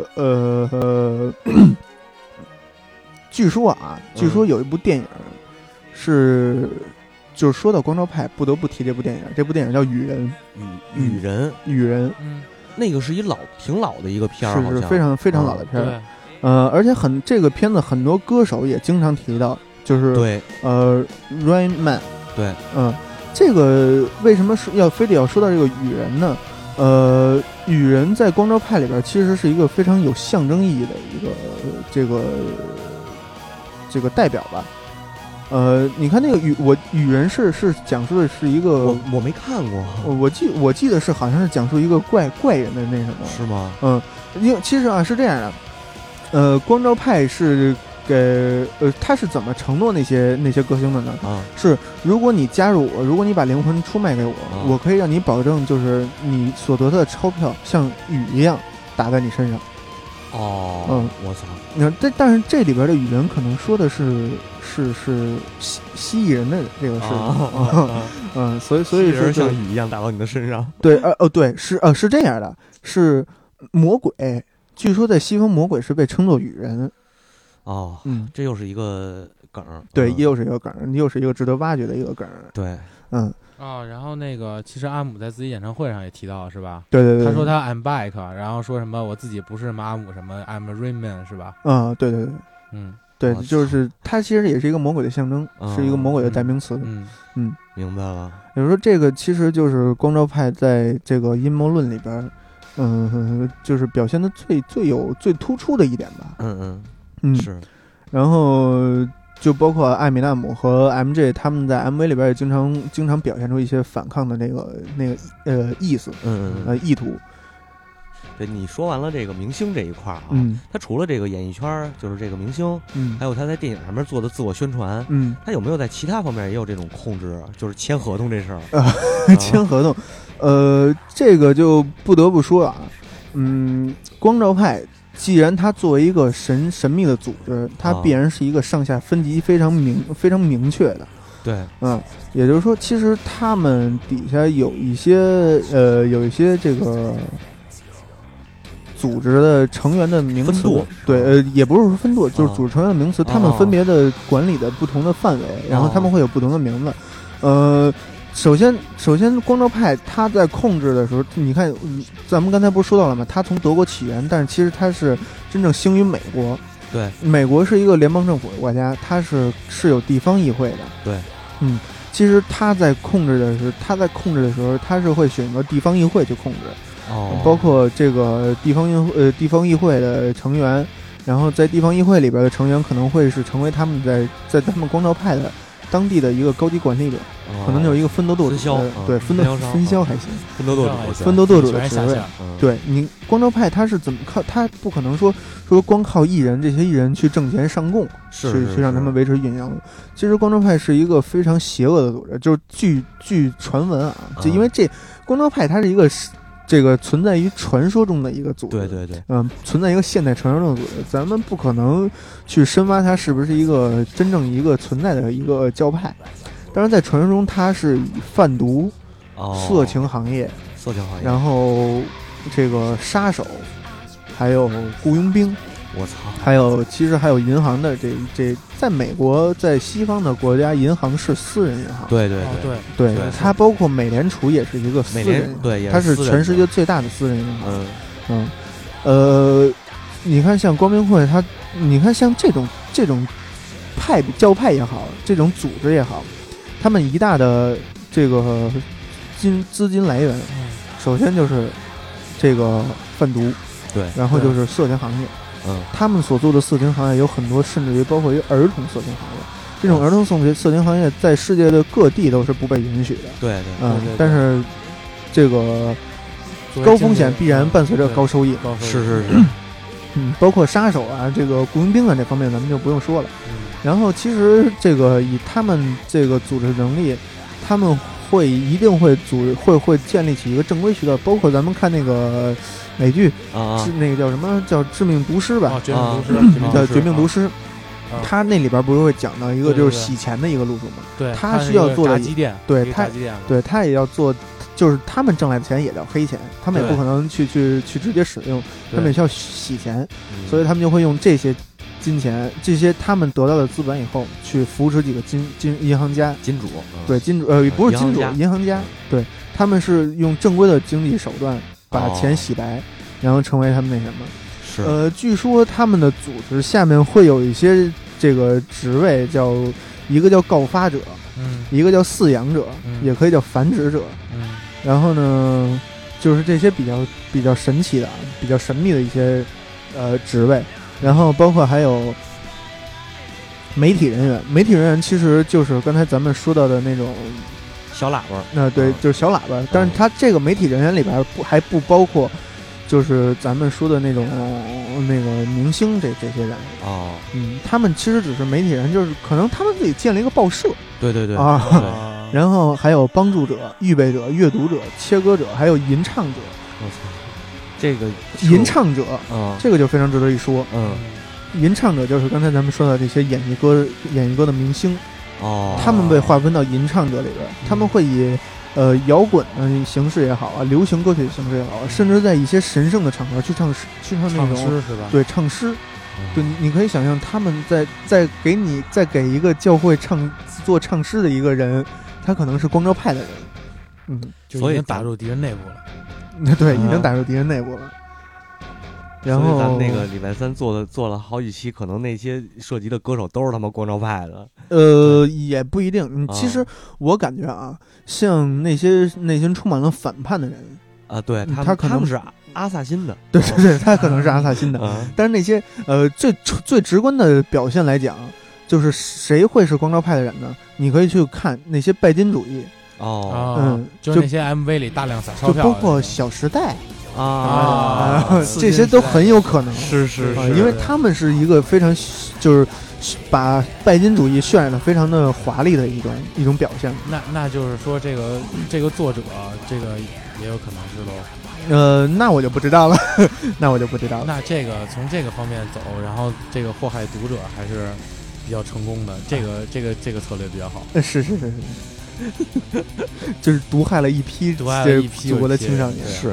据说有一部电影是，就是说到光照派，不得不提这部电影。这部电影叫《雨人》。雨人， 那个是挺老的一个片儿， 是非常非常老的片儿。而且这个片子很多歌手也经常提到，就是对 Rain Man。 对， 这个为什么非得要说到这个雨人呢？雨人在光照派里边其实是一个非常有象征意义的一个这个代表吧。你看那个雨人是讲述的是一个我没看过， 我记得是好像是讲述一个怪人的那什么， 是吗？ 因为其实是这样的，光照派是他是怎么承诺那些歌星的呢？是如果你加入我，如果你把灵魂出卖给我，我可以让你保证，就是你所得的蜥票像雨一样打在你身上。 我操！ 但是这里边的语言可能说的是蜥蜴人的这个事情，所以是像雨一样打到你的身上。 对，对，是这样的，是魔鬼。据说在西方，魔鬼是被称作雨人。 这又是一个梗。 对，又是一个梗，又是一个值得挖掘的一个梗。 对， 然后那个其实阿姆在自己演唱会上也提到，是吧？ 对， 他说他 I'm back， 然后说什么我自己不是什么阿姆什么 I'm a Rayman， 是吧？ 对，对，就是他其实也是一个魔鬼的象征，是一个魔鬼的代名词。 明白了。 比如说这个其实就是光照派在这个阴谋论里边，就是表现的最突出的一点吧。 是。 然后就包括艾米纳姆和 MJ 他们在 MV 里边也经常表现出一些反抗的那个意思，意图。 对，你说完了这个明星这一块啊，他除了这个演艺圈，就是这个明星，还有他在电影上面做的自我宣传，他有没有在其他方面也有这种控制？就是签合同这事儿， 签合同，这个就不得不说啊，光照派。既然它作为一个神秘的组织，它必然是一个上下分级非常明确的。 对， 也就是说，其实他们底下有一些这个组织的成员的名词，对，也不是说分舵，就是组织成员的名词，他们分别的管理的不同的范围，然后他们会有不同的名字，首先，光照派他在控制的时候，你看，咱们刚才不是说到了吗？他从德国起源，但是其实他是真正兴于美国。 对， 美国是一个联邦政府的国家，它是有地方议会的。 对， 其实他在控制的时候，他是会选择地方议会去控制。包括这个地方议会的成员，然后在地方议会里边的成员可能会是成为他们在他们光照派的当地的一个高级管理者，可能就是一个分舵主，对，分销还行，分舵舵主的职位。对，你光照派他是怎么靠？他不可能说光靠艺人这些艺人去挣钱上供，去让他们维持运营。其实光照派是一个非常邪恶的组织，就是据传闻啊，就因为这光照派它是一个这个存在于传说中的一个组织， 对， 存在一个现代传说中的组织，咱们不可能去深挖它是不是一个真正一个存在的一个教派。当然，在传说中，它是以贩毒、色情行业，然后这个杀手，还有雇佣兵， 我操， 其实还有银行的这，在美国，在西方的国家，银行是私人银行。对，它包括美联储也是一个私人， 对， 它是全世界最大的私人银行。你看像光明会，你看像这种教派也好，这种组织也好，他们一大的这个资金来源，首先就是这个贩毒， 对， 然后就是色情行业。他们所做的色情行业有很多，甚至于包括于儿童色情行业。这种儿童色情行业在世界的各地都是不被允许的。 对， 但是这个高风险必然伴随着高收益。 是。 包括杀手啊，这个雇佣兵啊这方面咱们就不用说了。然后其实这个以他们这个组织能力，他们一定会建立起一个正规渠道，包括咱们看那个美剧是那个叫什么叫致命毒师吧？绝命毒师。他那里边不是会讲到一个就是洗钱的一个路数吗？ 对， 他需要做的对他也要做，就是他们挣来的钱也叫黑钱，他们也不可能去直接使用，他们也需要洗钱，所以他们就会用这些金钱，这些他们得到的资本以后，去扶持几个银行家、 金主， 对金主不是金主，银行家，对，他们是用正规的经济手段把钱洗白，然后成为他们那什么。据说他们的组织下面会有一些这个职位，一个叫告发者，一个叫饲养者，也可以叫繁殖者，然后呢，就是这些比较神奇的、比较神秘的一些职位，然后包括还有媒体人员。媒体人员其实就是刚才咱们说到的那种小喇叭， 对，就是小喇叭。但是他这个媒体人员里边还不包括就是咱们说的那种那个明星这些人他们其实只是媒体人，就是可能他们自己建了一个报社， 对然后还有帮助者、预备者、阅读者、切割者，还有吟唱者。 我操，这个吟唱者这个就非常值得一说。吟唱者就是刚才咱们说的这些演艺歌的明星他们被划分到吟唱者里边，他们会以摇滚的形式也好啊，流行歌曲的形式也好，甚至在一些神圣的场合去唱那种诗是吧？ 对，唱诗。对，你可以想象他们再给一个教会做唱诗的一个人，他可能是光照派的人， 就已经打入敌人内部了。 对，已经打入敌人内部了。然后咱们那个礼拜三做了好几期，可能那些涉及的歌手都是他们光照派的。 也不一定。其实我感觉像那些内心充满了反叛的人对， 他们是阿萨辛的， 对，他可能是阿萨辛的。但是那些最直观的表现来讲，就是谁会是光照派的人呢？你可以去看那些拜金主义就是那些 MV 里大量撒钞票， 就包括《小时代》这些都很有可能是因为他们是一个非常就是把拜金主义渲染的非常的华丽的一种表现。 那就是说这个作者这个也有可能是喽。 那我就不知道了那这个从这个方面走，然后这个祸害读者还是比较成功的，这个策略比较好。 是就是毒害了一批祖国的青少年。 是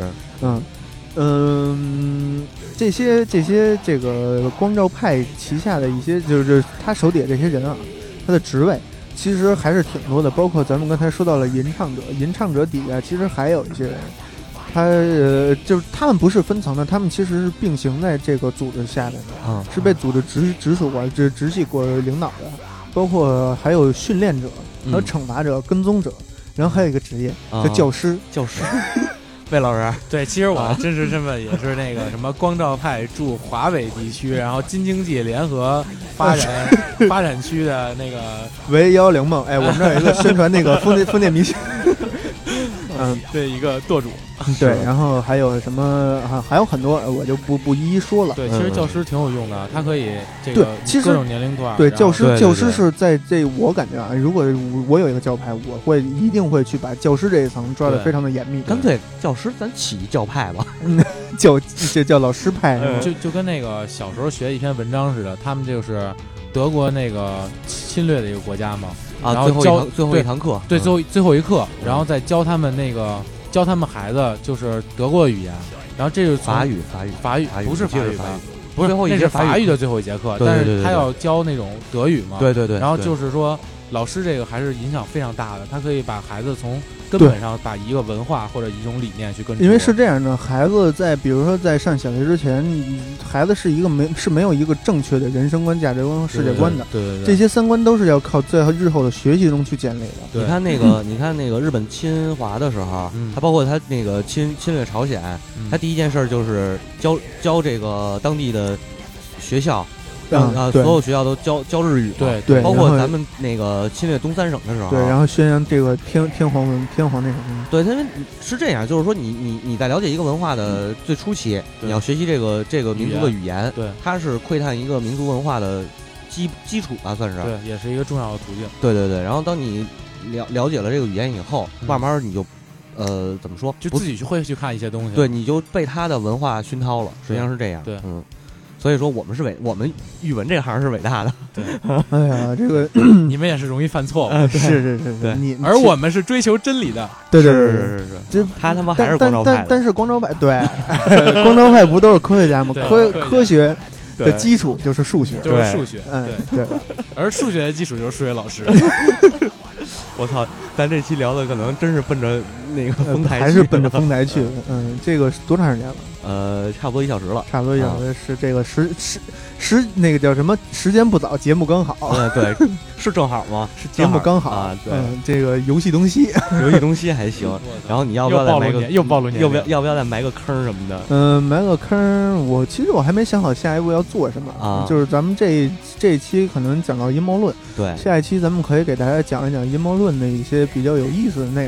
这些这个光照派旗下的一些就是他手底下这些人他的职位其实还是挺多的，包括咱们刚才说到了吟唱者底下其实还有一些人，就是他们不是分层的，他们其实是并行在这个组织下面的，是被组织直属过直系过领导的，包括还有训练者和惩罚者、跟踪者，然后还有一个职业叫教师。 魏老师，对，其实我真实身份也是那个什么光照派驻华北地区，然后京津冀联合发展区的那个唯110梦。我们这儿有一个宣传那个封建迷信。 对，一个舵主。 对，然后还有什么还有很多我就不一一说了。 对，其实教师挺有用的，他可以这个各种年龄段。 对，教师是在这，我感觉如果我有一个教派，我一定会去把教师这一层抓得非常的严密。 干脆教师咱起一教派吧， 叫老师派。 就跟那个小时候学一篇文章似的，他们就是德国那个侵略的一个国家嘛。然后最后一堂课， 对，最后一课，然后再教他们孩子就是德国语言，然后这就是法语不是法语吧？不是， 最后一节法语的最后一节课，但是他要教那种德语嘛。 对， 然后就是说，老师这个还是影响非常大的，他可以把孩子从根本上把一个文化或者一种理念去跟。 因为是这样的，孩子比如说在上小学之前，孩子是没有一个正确的人生观、价值观和世界观的。 对， 这些三观都是要靠在日后的学习中去建立的。 你看那个日本侵华的时候，他包括他那个侵略朝鲜，他第一件事就是教这个当地的学校。所有学校都教日语， 对， 包括咱们那个侵略东三省的时候， 对，然后宣扬这个天皇那什么， 对，他们是这样，就是说你在了解一个文化的最初期，你要学习这个民族的语言， 对， 它是窥探一个民族文化的基础吧，算是， 对，也是一个重要的途径， 对，然后当你了解了这个语言以后，慢慢你就怎么说， 就自己会去看一些东西， 对，你就被他的文化熏陶了，实际上是这样， 对， 所以说我们语文这行是伟大的。 对， 哎呀，这个你们也是容易犯错误， 是， 对， 而我们是追求真理的。 对， 这他妈还是光照派。 但是光照派，对，光照派不都是科学家吗？科学的基础就是数学， 就是数学， 对， 而数学的基础就是数学老师。 我操，咱这期聊的可能真是奔着那个丰台去， 还是奔着丰台去的。这个多长时间了？ 差不多1小时了。 差不多1小时是这个时那个叫什么？时间不早，节目刚好。 对，是正好吗？ 是节目刚好啊。对， 这个游戏东西还行。然后你要不要再埋个又暴露年龄？ 要不要再埋个坑什么的？ 埋个坑，其实我还没想好下一步要做什么啊。 就是咱们这一期可能讲到阴谋论， 对， 下一期咱们可以给大家讲一讲阴谋论的一些比较有意思的内容。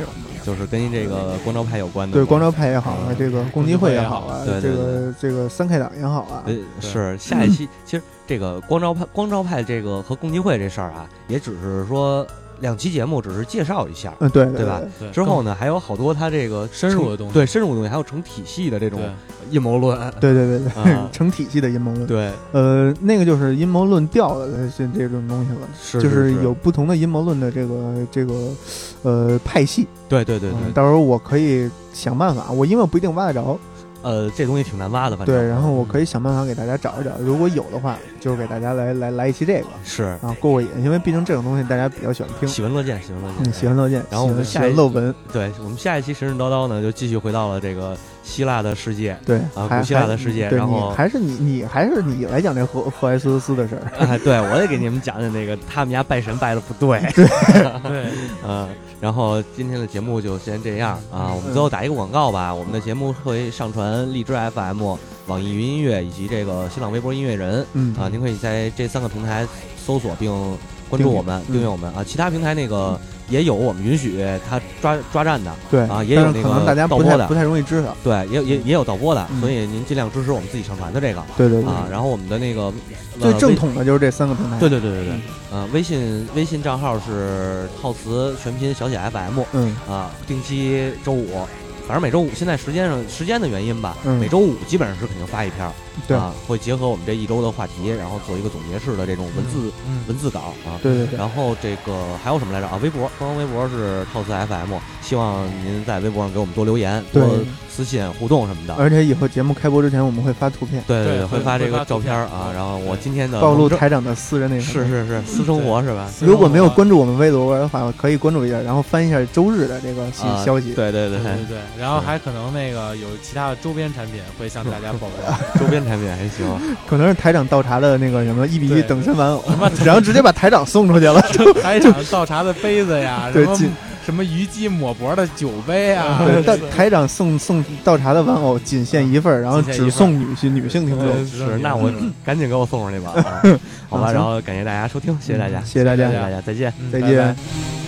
就是跟这个光照派有关的。 对，光照派也好啊，这个共济会也好啊， 对这个3K 党也好啊。 是下一期其实这个光照派这个和共济会这事儿啊，也只是说2期节目只是介绍一下，对吧？之后呢，还有好多他这个深入的东西， 对深入的东西，还有成体系的这种阴谋论， 对，成体系的阴谋论， 对， 那个就是阴谋论掉了的这种东西了，就是有不同的阴谋论的这个派系， 对， 到时候我可以想办法，因为我不一定挖得着。 这东西挺难挖的，反正对，然后我可以想办法给大家找一找，如果有的话，就是给大家来一期这个， 是啊，过瘾，因为毕竟这种东西大家比较喜欢听， 喜闻乐见， 喜闻乐见。 然后我们下一乐文， 对我们下一期神神叨叨呢，就继续回到了这个希腊的世界， 对啊，古希腊的世界，然后还是你来讲这赫埃斯斯的事儿， 对我得给你们讲讲那个他们家拜神拜的不对， 对， 然后今天的节目就先这样啊，我们最后打一个广告吧。我们的节目会上传荔枝 FM、网易云音乐以及这个新浪微博音乐人，啊，您可以在这3个平台搜索并关注我们、订阅我们啊。其他平台那个也有我们允许他抓站的， 对啊，也有那个可能大家导播的， 不太容易知道， 对，也有导播的，所以您尽量支持我们自己上传的这个， 对啊。然后我们的那个最正统的就是这3个平台， 对，微信账号是套词全拼小写 FM，啊，定期周5。反正每周5，现在时间的原因吧，每周5基本上是肯定发一篇， 对啊，会结合我们这一周的话题，然后做一个总结式的这种文字稿啊， 对。 然后这个还有什么来着啊？微博，官方微博是套词 FM， 希望您在微博上给我们多留言，多私信互动什么的。 而且以后节目开播之前，我们会发图片， 对，会发这个照片啊。然后我今天的暴露台长的私人内容， 是私生活是吧？ 如果没有关注我们微博的话，可以关注一下，然后翻一下周日的这个消息。 对。 然后还可能那个有其他的周边产品会向大家曝光， 周边产品还行， 可能是台长倒茶的那个什么1:1等身玩偶，然后直接把台长送出去了。 台长倒茶的杯子呀，什么虞姬抹脖的酒杯啊， 对，台长送倒茶的玩偶仅限1份，然后只送女性听众。 是，那我赶紧给我送上去吧。好吧，然后感谢大家收听，谢谢大家， 谢谢大家， 再见， 再见。